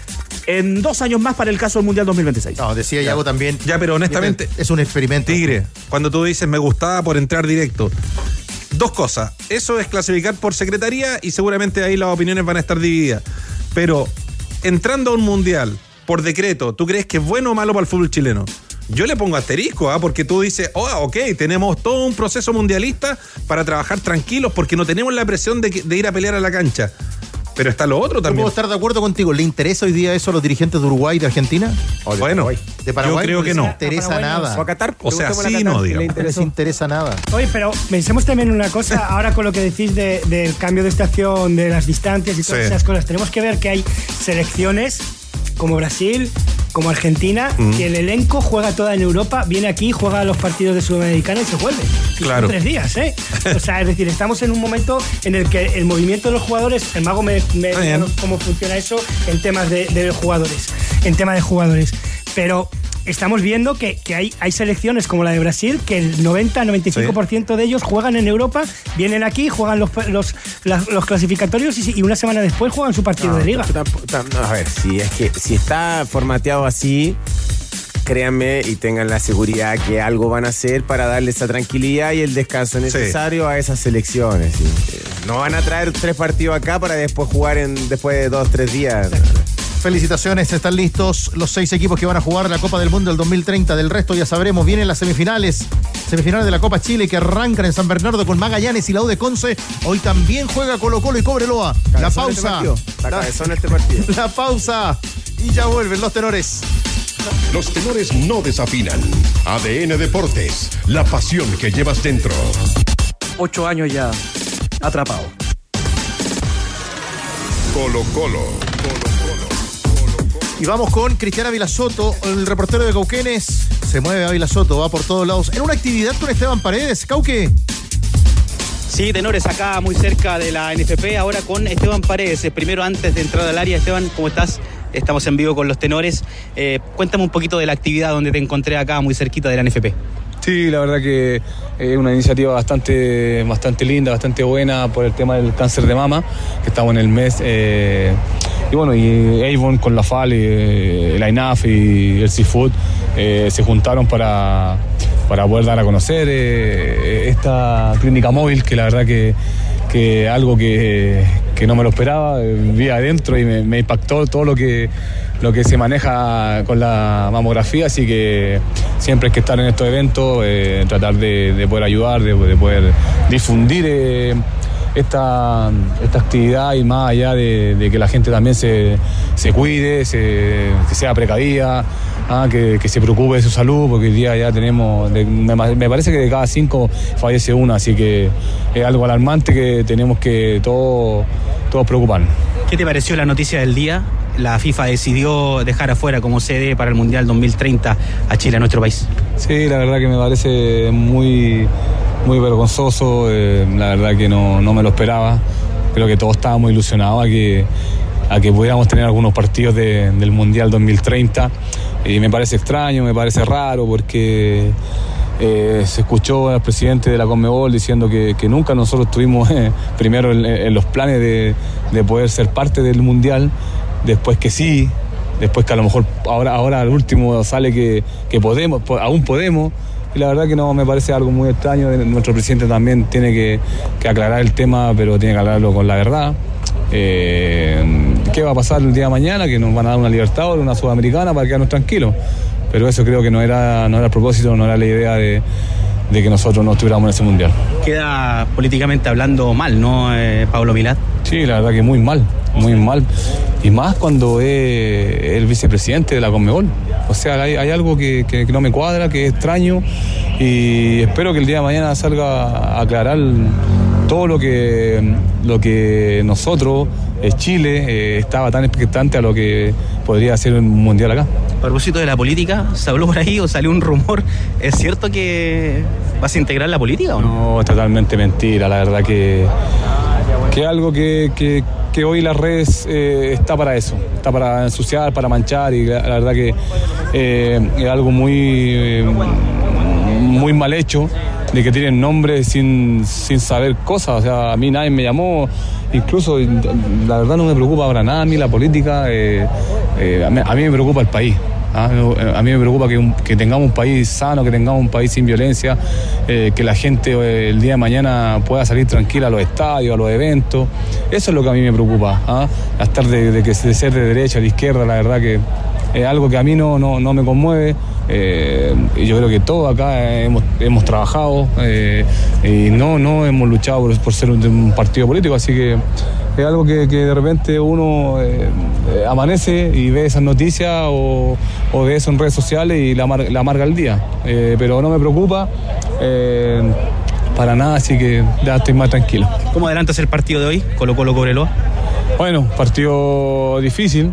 En 2 años más para el caso del Mundial 2026. No, decía Yago también. Ya, pero honestamente... Es un experimento. Tigre, cuando tú dices me gustaba por entrar directo, 2 cosas. Eso es clasificar por secretaría y seguramente ahí las opiniones van a estar divididas. Pero entrando a un Mundial por decreto, ¿tú crees que es bueno o malo para el fútbol chileno? Yo le pongo asterisco, porque tú dices, ok, tenemos todo un proceso mundialista para trabajar tranquilos porque no tenemos la presión de ir a pelear a la cancha. Pero está lo otro también. Puedo estar de acuerdo contigo. ¿Le interesa hoy día eso a los dirigentes de Uruguay y de Argentina? Bueno, de Paraguay, yo creo que no. No les interesa nada. O a Qatar. O sea, sí, no, digamos. No les interesa nada. Oye, pero pensemos también en una cosa, ahora con lo que decís del cambio de estación, de las distancias y todas esas cosas. Tenemos que ver que hay selecciones como Brasil, como Argentina, que el elenco juega toda en Europa, viene aquí, juega los partidos de Sudamericana y se vuelve. Y claro. 3 días, O sea, es decir, estamos en un momento en el que el movimiento de los jugadores, el Mago me cómo funciona eso en temas de jugadores, pero estamos viendo que hay selecciones como la de Brasil que el 90-95% de ellos juegan en Europa, vienen aquí, juegan los clasificatorios y una semana después juegan su partido de liga. A ver, si está formateado así, créanme y tengan la seguridad que algo van a hacer para darle esa tranquilidad y el descanso necesario a esas selecciones. ¿Sí? No van a traer 3 partidos acá para después jugar después de 2-3 días. Felicitaciones, están listos los 6 equipos que van a jugar la Copa del Mundo del 2030. Del resto ya sabremos, vienen las semifinales de la Copa Chile que arrancan en San Bernardo con Magallanes y la U de Conce. Hoy también juega Colo-Colo y Cobreloa. La pausa. La pausa. Y ya vuelven los tenores. Los tenores no desafinan. ADN Deportes, la pasión que llevas dentro. 8 años ya atrapado. Colo-Colo. Y vamos con Cristian Ávila Soto, el reportero de Cauquenes. Se mueve Ávila Soto, va por todos lados. En una actividad con Esteban Paredes, Cauque. Sí, tenores, acá muy cerca de la NFP, ahora con Esteban Paredes. Primero, antes de entrar al área, Esteban, ¿cómo estás? Estamos en vivo con los tenores. Cuéntame un poquito de la actividad donde te encontré acá, muy cerquita de la NFP. Sí, la verdad que es una iniciativa bastante linda, bastante buena por el tema del cáncer de mama, que estamos en el mes. Y bueno, y Avon con la FAL, la INAF y el Seafood se juntaron para poder dar a conocer esta clínica móvil, que la verdad que algo que no me lo esperaba, vi adentro y me impactó todo lo que se maneja con la mamografía, así que siempre hay que estar en estos eventos, tratar de poder ayudar, de poder difundir esta actividad y más allá de que la gente también se cuide, que sea precavida, que se preocupe de su salud, porque hoy día ya tenemos, me parece que de cada 5 fallece una, así que es algo alarmante que tenemos que todos preocuparnos. ¿Qué te pareció la noticia del día? La FIFA decidió dejar afuera como sede para el Mundial 2030 a Chile, a nuestro país. Sí, la verdad que me parece muy vergonzoso, la verdad que no me lo esperaba. Creo que todos estábamos ilusionados a que pudiéramos tener algunos partidos del Mundial 2030, y me parece extraño, me parece raro, porque se escuchó al presidente de la Conmebol diciendo que nunca nosotros estuvimos primero en los planes de poder ser parte del Mundial. después que sí, después que a lo mejor ahora al último sale que podemos, aún podemos. Y la verdad que no me parece algo muy extraño. Nuestro presidente también tiene que aclarar el tema, pero tiene que aclararlo con la verdad. ¿Qué va a pasar el día de mañana? Que nos van a dar una Libertadores, una Sudamericana para quedarnos tranquilos. Pero eso creo que no era el propósito, no era la idea de que nosotros no estuviéramos en ese mundial. Queda políticamente hablando mal, ¿no, Pablo Milad? Sí, la verdad que muy mal. Y más cuando es el vicepresidente de la Conmebol. O sea, hay algo que no me cuadra, que es extraño, y espero que el día de mañana salga a aclarar todo lo que nosotros, Chile, estaba tan expectante a lo que podría ser un mundial acá. A propósito de la política, ¿se habló por ahí o salió un rumor? ¿Es cierto que vas a integrar la política o no? No, es totalmente mentira. La verdad que es algo que hoy las redes está para eso, está para ensuciar, para manchar, y la verdad que es algo muy mal hecho, de que tienen nombres sin saber cosas. O sea, a mí nadie me llamó, incluso la verdad no me preocupa para nada a mí la política, a mí me preocupa el país. A mí me preocupa que tengamos un país sano, que tengamos un país sin violencia, que la gente el día de mañana pueda salir tranquila a los estadios, a los eventos. Eso es lo que a mí me preocupa. Estar de ser de derecha, de izquierda, la verdad que es algo que a mí no me conmueve. Y yo creo que todos acá hemos trabajado y no hemos luchado por ser un partido político, así que es algo que de repente uno amanece y ve esas noticias o ve eso en redes sociales y la amarga el día, pero no me preocupa para nada, así que ya estoy más tranquilo. ¿Cómo adelantas el partido de hoy, Colo-Colo Cobreloa? Bueno, partido difícil,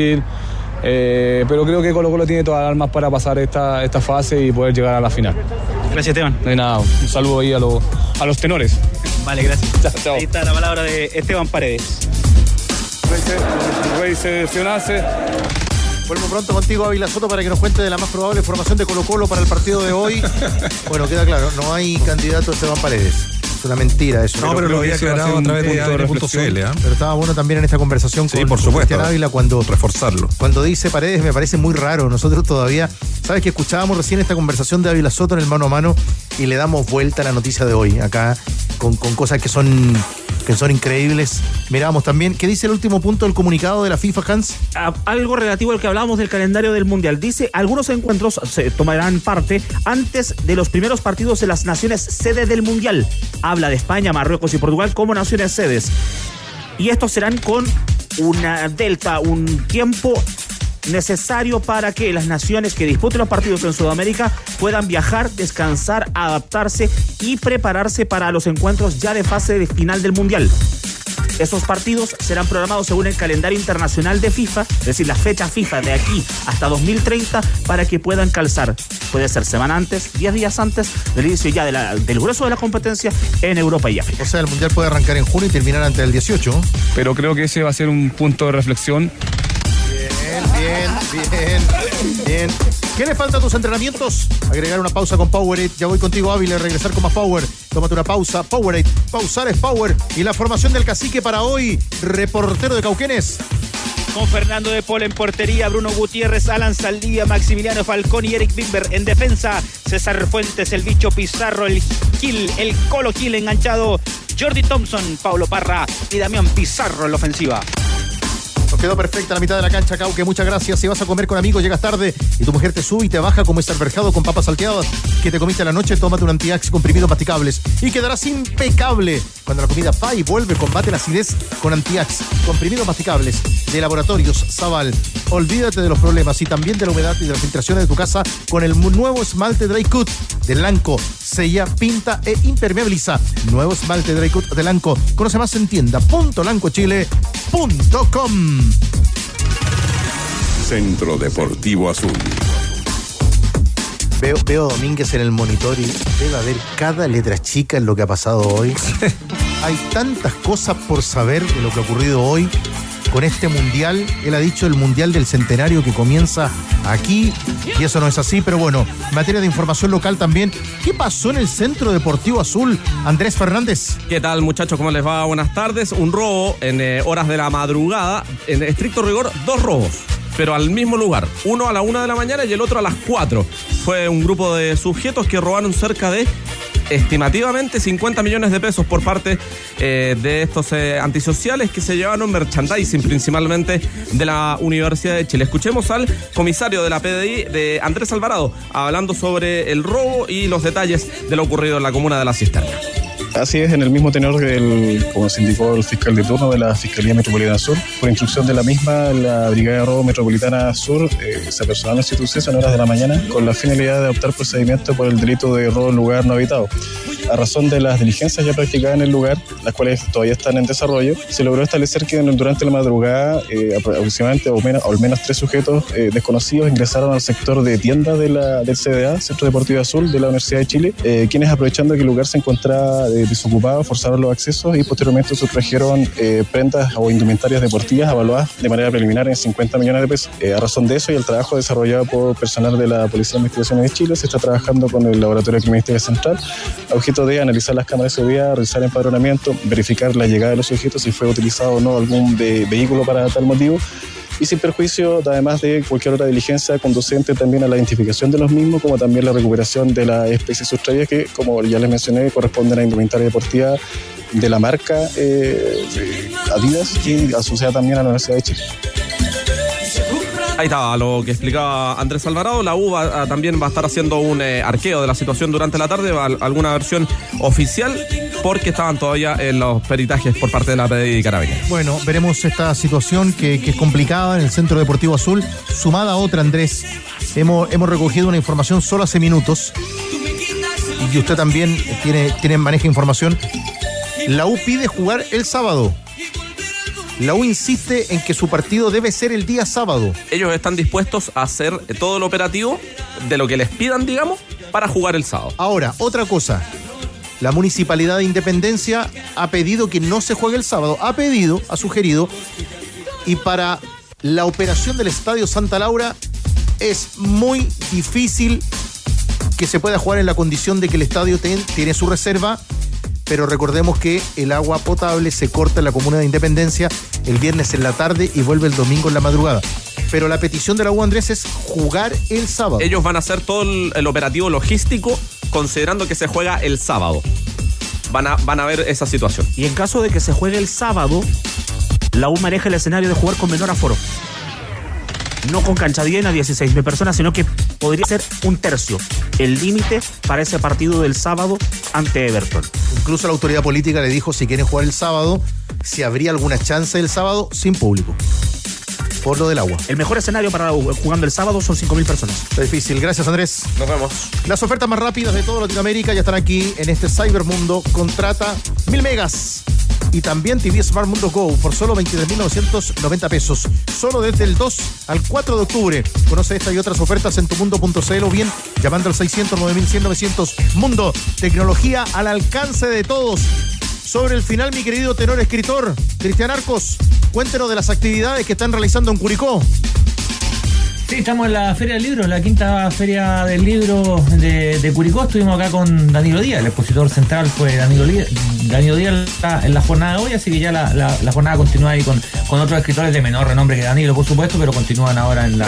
pero creo que Colo-Colo tiene todas las armas para pasar esta fase y poder llegar a la final. Gracias, Esteban. No hay nada, un saludo ahí a los tenores. Vale, gracias. Chao. Ahí está la palabra de Esteban Paredes. Rey seleccionarse. Vuelvo pronto contigo, Ávila Soto, para que nos cuente de la más probable formación de Colo-Colo para el partido de hoy. Bueno, queda claro, no hay candidato a Esteban Paredes. Es una mentira eso. No, pero lo había aclarado a través de ADN.cl. Pero estaba bueno también en esta conversación con Cristian Ávila cuando reforzarlo. Cuando dice Paredes, me parece muy raro. Nosotros todavía, sabes que escuchábamos recién esta conversación de Ávila Soto en el mano a mano y le damos vuelta a la noticia de hoy acá con cosas que son increíbles. Miramos también, ¿qué dice el último punto del comunicado de la FIFA, Hans? Algo relativo al que hablábamos del calendario del Mundial. Dice, algunos encuentros se tomarán parte antes de los primeros partidos de las naciones sede del Mundial. Habla de España, Marruecos y Portugal como naciones sedes. Y estos serán con un tiempo necesario para que las naciones que disputen los partidos en Sudamérica puedan viajar, descansar, adaptarse y prepararse para los encuentros ya de fase final del Mundial. Esos partidos serán programados según el calendario internacional de FIFA, es decir, la fecha FIFA de aquí hasta 2030, para que puedan calzar. Puede ser semana antes, 10 días antes del inicio ya del grueso de la competencia en Europa y África. O sea, el Mundial puede arrancar en junio y terminar antes del 18. Pero creo que ese va a ser un punto de reflexión. Bien. ¿Qué le falta a tus entrenamientos? Agregar una pausa con Powerade. Ya voy contigo, Ávila, regresar con más Power. Tómate una pausa. Powerade. Pausar es Power. Y la formación del cacique para hoy, reportero de Cauquenes. Con Fernando de Paul en portería, Bruno Gutiérrez, Alan Saldía, Maximiliano Falcón y Eric Bimber en defensa, César Fuentes, el Bicho Pizarro, el Colo Gil enganchado, Jordi Thompson, Paulo Parra y Damián Pizarro en la ofensiva. Nos quedó perfecta la mitad de la cancha, Cauque. Muchas gracias. Si vas a comer con amigos, llegas tarde y tu mujer te sube y te baja como ese alberjado con papas salteadas que te comiste a la noche, tómate un Antiax comprimidos masticables y quedarás impecable. Cuando la comida va y vuelve, combate la acidez con Antiax comprimidos masticables de Laboratorios Zaval. Olvídate de los problemas y también de la humedad y de las filtraciones de tu casa con el nuevo esmalte Dry Cut de Lanco. Sella, pinta e impermeabiliza. Nuevo esmalte Dry Cut de Lanco. Conoce más en tienda.lancochile.com. Centro Deportivo Azul. Veo a Domínguez en el monitor y debe haber cada letra chica en lo que ha pasado hoy. Hay tantas cosas por saber de lo que ha ocurrido hoy con este mundial. Él ha dicho el mundial del centenario que comienza aquí, y eso no es así, pero bueno, en materia de información local también, ¿qué pasó en el Centro Deportivo Azul? Andrés Fernández. ¿Qué tal, muchachos? ¿Cómo les va? Buenas tardes. Un robo en horas de la madrugada, en estricto rigor, 2 robos, pero al mismo lugar, uno a la 1 de la mañana y el otro a las 4. Fue un grupo de sujetos que robaron cerca de estimativamente 50 millones de pesos por parte de estos antisociales que se llevaron merchandising principalmente de la Universidad de Chile. Escuchemos al comisario de la PDI, de Andrés Alvarado, hablando sobre el robo y los detalles de lo ocurrido en la comuna de La Cisterna. Así es, en el mismo tenor como se indicó el fiscal de turno de la Fiscalía Metropolitana Sur, por instrucción de la misma, la Brigada de Robo Metropolitana Sur se apersonó en este suceso en horas de la mañana con la finalidad de adoptar procedimiento por el delito de robo en lugar no habitado. A razón de las diligencias ya practicadas en el lugar, las cuales todavía están en desarrollo, se logró establecer que durante la madrugada aproximadamente al menos 3 sujetos desconocidos ingresaron al sector de tienda del CDA, Centro Deportivo Azul de la Universidad de Chile, quienes, aprovechando que el lugar se encontraba desocupado, forzaron los accesos y posteriormente sustrajeron prendas o indumentarias deportivas avaluadas de manera preliminar en 50 millones de pesos. A razón de eso y el trabajo desarrollado por personal de la Policía de Investigaciones de Chile, se está trabajando con el Laboratorio de Criminalística Central a objeto de analizar las cámaras de seguridad, realizar empadronamiento, verificar la llegada de los sujetos, si fue utilizado o no algún vehículo para tal motivo, y sin perjuicio, además de cualquier otra diligencia conducente también a la identificación de los mismos, como también la recuperación de las especies sustraídas que, como ya les mencioné, corresponden a indumentaria deportiva de la marca Adidas y asociada también a la Universidad de Chile. Ahí estaba lo que explicaba Andrés Alvarado. La U también va a estar haciendo un arqueo de la situación durante la tarde, alguna versión oficial, porque estaban todavía en los peritajes por parte de la PDI y Carabineros. Bueno, veremos esta situación que es complicada en el Centro Deportivo Azul, sumada a otra, Andrés. Hemos recogido una información solo hace minutos, y usted también maneja información. La U pide jugar el sábado. La U insiste en que su partido debe ser el día sábado. Ellos están dispuestos a hacer todo el operativo de lo que les pidan, digamos, para jugar el sábado. Ahora, otra cosa. La Municipalidad de Independencia ha pedido que no se juegue el sábado. Ha sugerido, y para la operación del Estadio Santa Laura es muy difícil que se pueda jugar en la condición de que el estadio tiene su reserva. Pero recordemos que el agua potable se corta en la comuna de Independencia el viernes en la tarde y vuelve el domingo en la madrugada. Pero la petición de la U, Andrés, es jugar el sábado. Ellos van a hacer todo el operativo logístico considerando que se juega el sábado. Van a ver esa situación. Y en caso de que se juegue el sábado, la U maneja el escenario de jugar con menor aforo. No con cancha llena, 16.000 personas, sino que podría ser 1/3 el límite para ese partido del sábado ante Everton. Incluso la autoridad política le dijo, si quieren jugar el sábado, si habría alguna chance el sábado sin público, por lo del agua. El mejor escenario para jugando el sábado son 5.000 personas. Está difícil. Gracias, Andrés. Nos vemos. Las ofertas más rápidas de toda Latinoamérica ya están aquí en este Cybermundo. Contrata 1000 megas. Y también TV Smart Mundo Go por solo 23.990 pesos. Solo desde el 2 al 4 de octubre. Conoce esta y otras ofertas en tumundo.cl o bien llamando al 609.100-900. Mundo, tecnología al alcance de todos. Sobre el final, mi querido tenor escritor, Cristian Arcos, cuéntenos de las actividades que están realizando en Curicó. Sí, estamos en la Feria del Libro, la 5ª Feria del Libro de Curicó. Estuvimos acá con Danilo Díaz, el expositor central fue Danilo Díaz en la jornada de hoy, así que ya la jornada continúa ahí con otros escritores de menor renombre que Danilo, por supuesto, pero continúan ahora en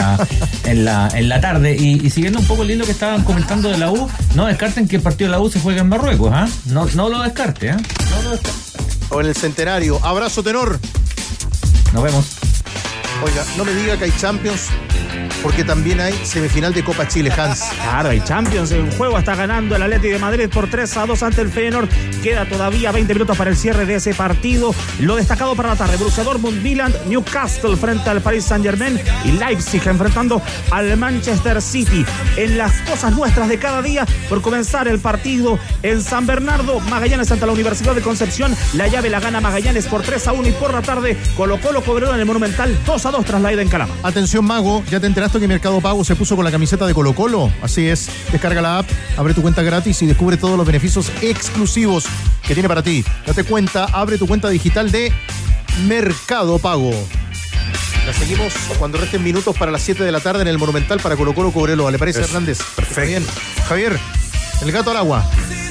la tarde. Y siguiendo un poco el hilo que estaban comentando de la U, no descarten que el partido de la U se juegue en Marruecos, ¿eh? No lo descarte, ¿eh? No lo descarte. O en el Centenario. Abrazo, tenor. Nos vemos. Oiga, no me diga que hay Champions, porque también hay semifinal de Copa Chile, Hans. Claro, hay Champions en juego. Está ganando el Atleti de Madrid por 3-2 ante el Feyenoord. Queda todavía 20 minutos para el cierre de ese partido. Lo destacado para la tarde: Borussia Dortmund, Milan, Newcastle frente al Paris Saint-Germain y Leipzig enfrentando al Manchester City. En las cosas nuestras de cada día, por comenzar el partido en San Bernardo, Magallanes ante la Universidad de Concepción. La llave la gana Magallanes por 3-1 y por la tarde Colo-Colo Cobreloa en el Monumental 2-2 tras la ida en Calama. Atención, Mago, ¿ya te enteraste que Mercado Pago se puso con la camiseta de Colo-Colo? Así es, descarga la app, abre tu cuenta gratis y descubre todos los beneficios exclusivos que tiene para ti. Date cuenta, abre tu cuenta digital de Mercado Pago. La seguimos cuando resten minutos para las 7 de la tarde en el Monumental para Colo-Colo Cobreloa. ¿Le parece, Hernández? Perfecto. Bien. Javier, el gato al agua.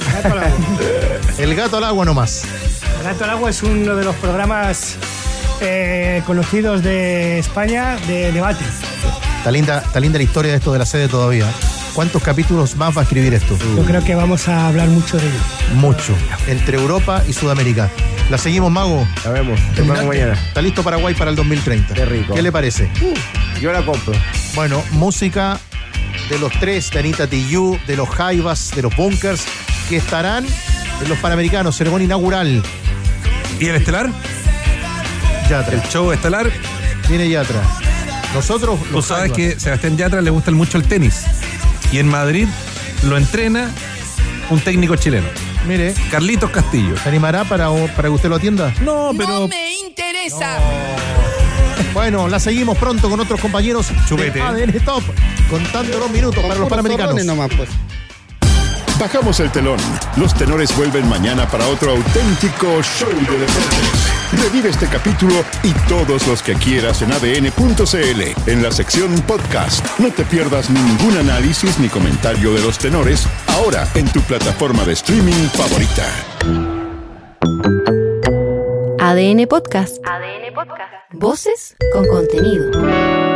El gato al agua nomás. El gato al agua es uno de los programas conocidos de España de debate. Está linda la historia de esto de la sede todavía. ¿Cuántos capítulos más va a escribir esto? Yo creo que vamos a hablar mucho de ello. Mucho. Entre Europa y Sudamérica. La seguimos, Mago. La vemos. Te vemos mañana. Está listo Paraguay para el 2030. Qué rico. ¿Qué le parece? Yo la compro. Bueno, música de los tres, de Anita Tijoux, de los Jaivas, de los Bunkers, que estarán en los Panamericanos, ceremonia inaugural. ¿Y el estelar? Yatra. El show estelar. Viene Yatra. Nosotros, Tú los sabes Jaivas. que Sebastián Yatra le gusta mucho el tenis. Y en Madrid lo entrena un técnico chileno. Mire. Carlitos Castillo. ¿Se animará para que usted lo atienda? No, pero... No me interesa. Bueno, la seguimos pronto con otros compañeros Chupete. de ADN Top, contando los minutos para los Panamericanos. Bajamos el telón. Los tenores vuelven mañana para otro auténtico show de deportes. Revive este capítulo y todos los que quieras en adn.cl, en la sección podcast. No te pierdas ningún análisis ni comentario de los tenores, ahora en tu plataforma de streaming favorita. ADN Podcast. ADN Podcast. Voces con contenido.